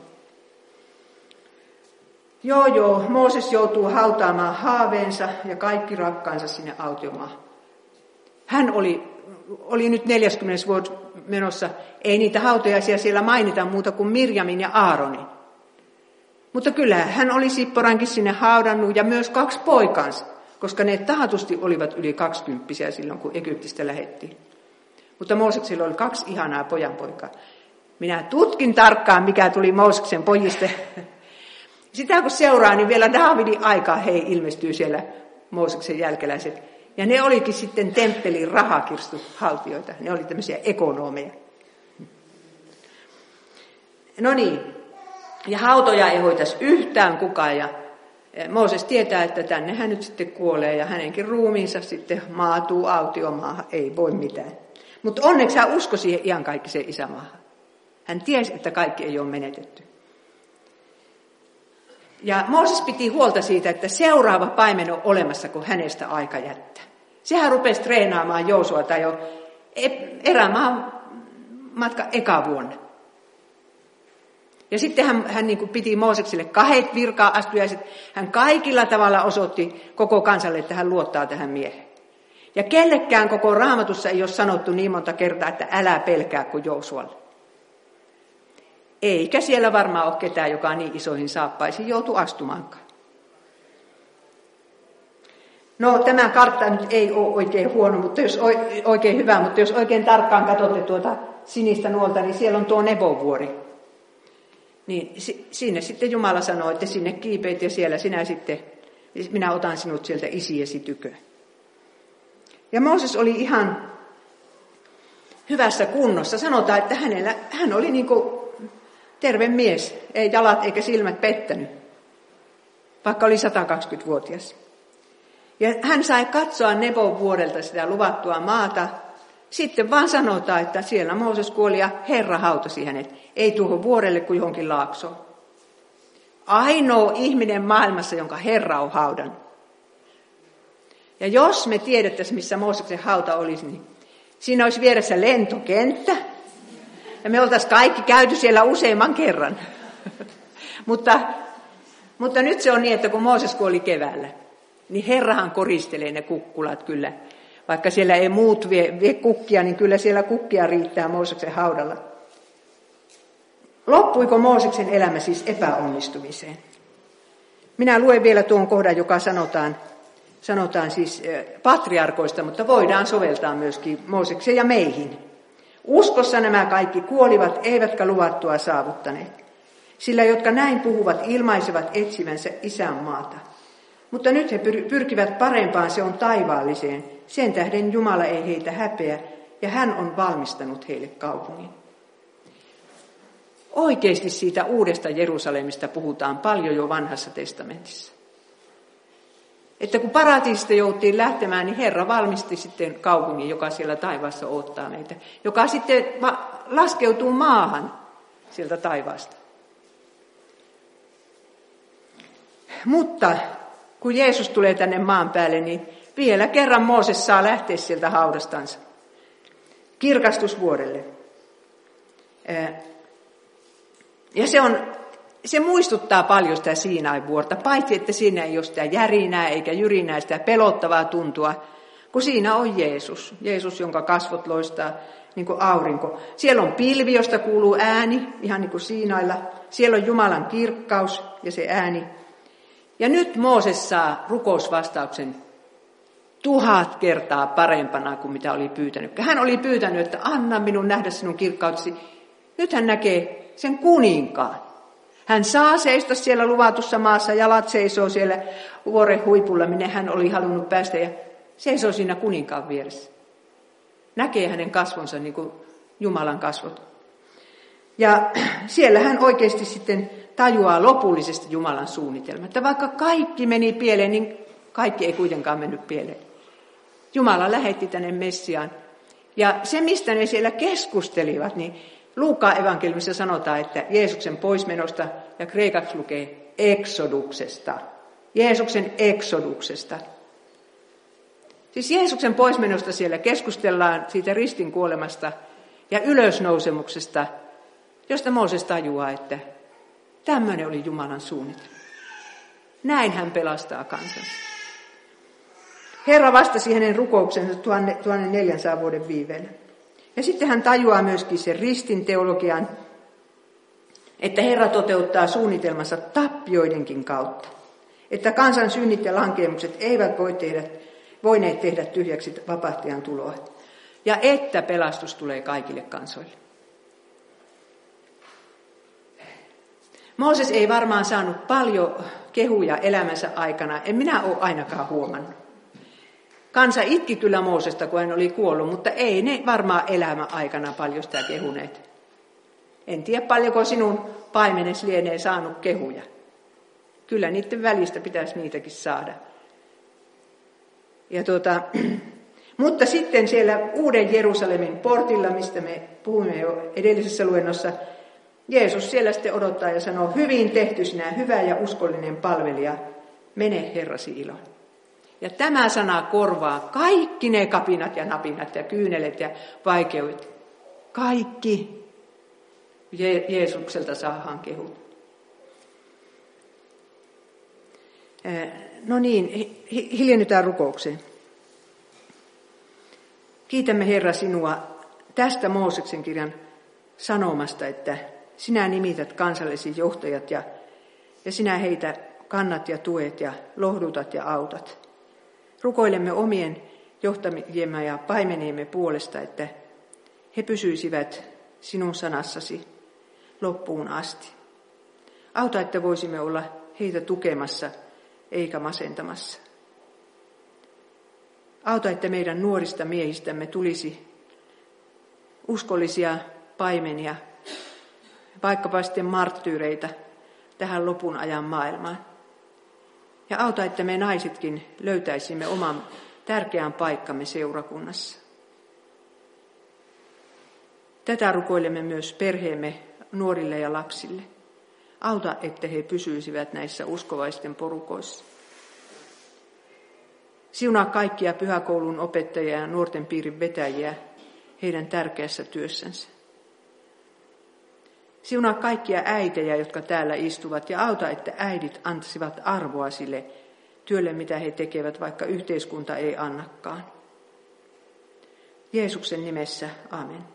Joo, Mooses joutuu hautaamaan haaveensa ja kaikki rakkaansa sinne autiomaahan. Hän oli nyt 40 vuotta menossa. Ei niitä hautajaisia siellä mainita muuta kuin Mirjamin ja Aaronin. Mutta kyllä hän oli Sipporankin sinne haudannut ja myös 2 poikansa, koska ne tahatusti olivat yli 20 silloin, kun Egyptistä lähdettiin. Mutta Mooseksella oli 2 ihanaa pojanpoikaa. Minä tutkin tarkkaan, mikä tuli Mooseksen pojista. Sitä kun seuraa, niin vielä Daavidin aikaa he ilmestyy siellä Mooseksen jälkeläiset. Ja ne olikin sitten temppelin rahakirstuhaltijoita. Ne oli tämmöisiä ekonomeja. No niin. Ja hautoja ei hoitaisi yhtään kukaan. Ja Mooses tietää, että tänne hän nyt sitten kuolee. Ja hänenkin ruumiinsa sitten maatuu autiomaahan. Ei voi mitään. Mutta onneksi hän uskoi siihen iankaikkiseen isämaahan. Hän tiesi, että kaikki ei ole menetetty. Ja Mooses piti huolta siitä, että seuraava paimen on olemassa, kun hänestä aika jättää. Sehän rupesi treenaamaan Joosuata jo erämaan matka eka vuonna. Ja sitten hän niin kuin piti Moosekselle 2 virka-astujaiset. Hän kaikilla tavalla osoitti koko kansalle, että hän luottaa tähän mieheen. Ja kellekään koko Raamatussa ei ole sanottu niin monta kertaa, että älä pelkää kuin Joosualle. Eikä siellä varmaan ole ketään, joka niin isoihin saappaisiin joutu astumaankaan. No tämä kartta nyt ei ole oikein huono, mutta jos oikein hyvä, mutta jos oikein tarkkaan katsotte tuota sinistä nuolta, niin siellä on tuo Nebo-vuori. Niin sinne sitten Jumala sanoo, että sinne kiipeät ja siellä minä otan sinut sieltä isiesi tykö. Ja Mooses oli ihan hyvässä kunnossa. Sanotaan, että hän oli niin kuin terve mies, ei jalat eikä silmät pettänyt, vaikka oli 120-vuotias. Ja hän sai katsoa Nebon vuodelta sitä luvattua maata. Sitten vaan sanotaan, että siellä Mooses kuoli ja Herra hautasi hänet. Ei tuohon vuorelle kuin johonkin laaksoon. Ainoa ihminen maailmassa, jonka Herra on haudannut. Ja jos me tiedettäisiin, missä Mooseksen hauta olisi, niin siinä olisi vieressä lentokenttä. Ja me oltaisiin kaikki käyty siellä useamman kerran. mutta nyt se on niin, että kun Mooses kuoli keväällä, niin Herrahan koristelee ne kukkulat kyllä. Vaikka siellä ei muut vie kukkia, niin kyllä siellä kukkia riittää Mooseksen haudalla. Loppuiko Mooseksen elämä siis epäonnistumiseen? Minä luen vielä tuon kohdan, joka sanotaan siis patriarkoista, mutta voidaan soveltaa myöskin Moosekseen ja meihin. Uskossa nämä kaikki kuolivat, eivätkä luvattua saavuttaneet. Sillä jotka näin puhuvat, ilmaisevat etsivänsä isänmaata. Mutta nyt he pyrkivät parempaan, se on taivaalliseen. Sen tähden Jumala ei heitä häpeä, ja hän on valmistanut heille kaupungin. Oikeasti siitä uudesta Jerusalemista puhutaan paljon jo vanhassa testamentissa. Että kun paratiisista jouttiin lähtemään, niin Herra valmisti sitten kaupungin, joka siellä taivaassa odottaa meitä. Joka sitten laskeutuu maahan sieltä taivaasta. Mutta kun Jeesus tulee tänne maan päälle, niin vielä kerran Mooses saa lähteä sieltä haudastansa kirkastusvuodelle. Ja se muistuttaa paljon sitä Siinain vuorta, paitsi että siinä ei ole sitä järinää eikä jyrinää, sitä pelottavaa tuntua, kun siinä on Jeesus. Jeesus, jonka kasvot loistaa niin kuin aurinko. Siellä on pilvi, josta kuuluu ääni, ihan niin kuin Siinailla. Siellä on Jumalan kirkkaus ja se ääni. Ja nyt Mooses saa rukousvastauksen 1000 kertaa parempana kuin mitä oli pyytänyt. Hän oli pyytänyt, että anna minun nähdä sinun kirkkautesi. Nyt hän näkee sen kuninkaan. Hän saa seistä siellä luvatussa maassa, jalat seisoo siellä vuoren huipulla, minne hän oli halunnut päästä, ja seisoo siinä kuninkaan vieressä. Näkee hänen kasvonsa niin kuin Jumalan kasvot. Ja siellä hän oikeasti sitten tajuaa lopullisesti Jumalan suunnitelma. Että vaikka kaikki meni pieleen, niin kaikki ei kuitenkaan mennyt pieleen. Jumala lähetti tänne Messiaan. Ja se, mistä ne siellä keskustelivat, niin Luukaan evankeliumissa sanotaan, että Jeesuksen poismenosta, ja kreikaksi lukee eksoduksesta. Jeesuksen eksoduksesta. Siis Jeesuksen poismenosta siellä keskustellaan siitä ristin kuolemasta ja ylösnousemuksesta, josta Mooses tajuaa, että tämmöinen oli Jumalan suunnitelma. Näin hän pelastaa kansansa. Herra vastasi hänen rukouksensa 1400 vuoden viiveellä. Ja sitten hän tajuaa myöskin sen ristin teologian, että Herra toteuttaa suunnitelmansa tappioidenkin kautta. Että kansan synnit ja lankeemukset eivät voineet tehdä tyhjäksi vapahtajan tuloa. Ja että pelastus tulee kaikille kansoille. Mooses ei varmaan saanut paljon kehuja elämänsä aikana. En minä ole ainakaan huomannut. Kansa itki kyllä Moosesta, kun hän oli kuollut, mutta ei ne varmaan elämän aikana paljon sitä kehuneet. En tiedä paljonko sinun paimenes lienee saanut kehuja. Kyllä niiden välistä pitäisi niitäkin saada. Ja mutta sitten siellä Uuden Jerusalemin portilla, mistä me puhuimme jo edellisessä luennossa, Jeesus siellä sitten odottaa ja sanoo, hyvin tehty sinä, hyvä ja uskollinen palvelija, mene Herrasi iloon. Ja tämä sana korvaa kaikki ne kapinat ja napinat ja kyynelet ja vaikeudet. Kaikki Jeesukselta saadaan kehut. No niin, hiljennytään rukoukseen. Kiitämme Herra sinua tästä Mooseksen kirjan sanomasta, että sinä nimität kansallesi johtajat ja sinä heitä kannat ja tuet ja lohdutat ja autat. Rukoilemme omien johtajiemme ja paimeniemme puolesta, että he pysyisivät sinun sanassasi loppuun asti. Auta, että voisimme olla heitä tukemassa eikä masentamassa. Auta, että meidän nuorista miehistämme tulisi uskollisia paimenia, vaikkapa sitten marttyyreitä tähän lopun ajan maailmaan. Ja auta, että me naisetkin löytäisimme oman tärkeän paikkamme seurakunnassa. Tätä rukoilemme myös perheemme nuorille ja lapsille. Auta, että he pysyisivät näissä uskovaisten porukoissa. Siunaa kaikkia pyhäkoulun opettajia ja nuorten piirin vetäjiä heidän tärkeässä työssänsä. Siunaa kaikkia äitejä, jotka täällä istuvat, ja auta, että äidit antaisivat arvoa sille työlle, mitä he tekevät, vaikka yhteiskunta ei annakaan. Jeesuksen nimessä, amen.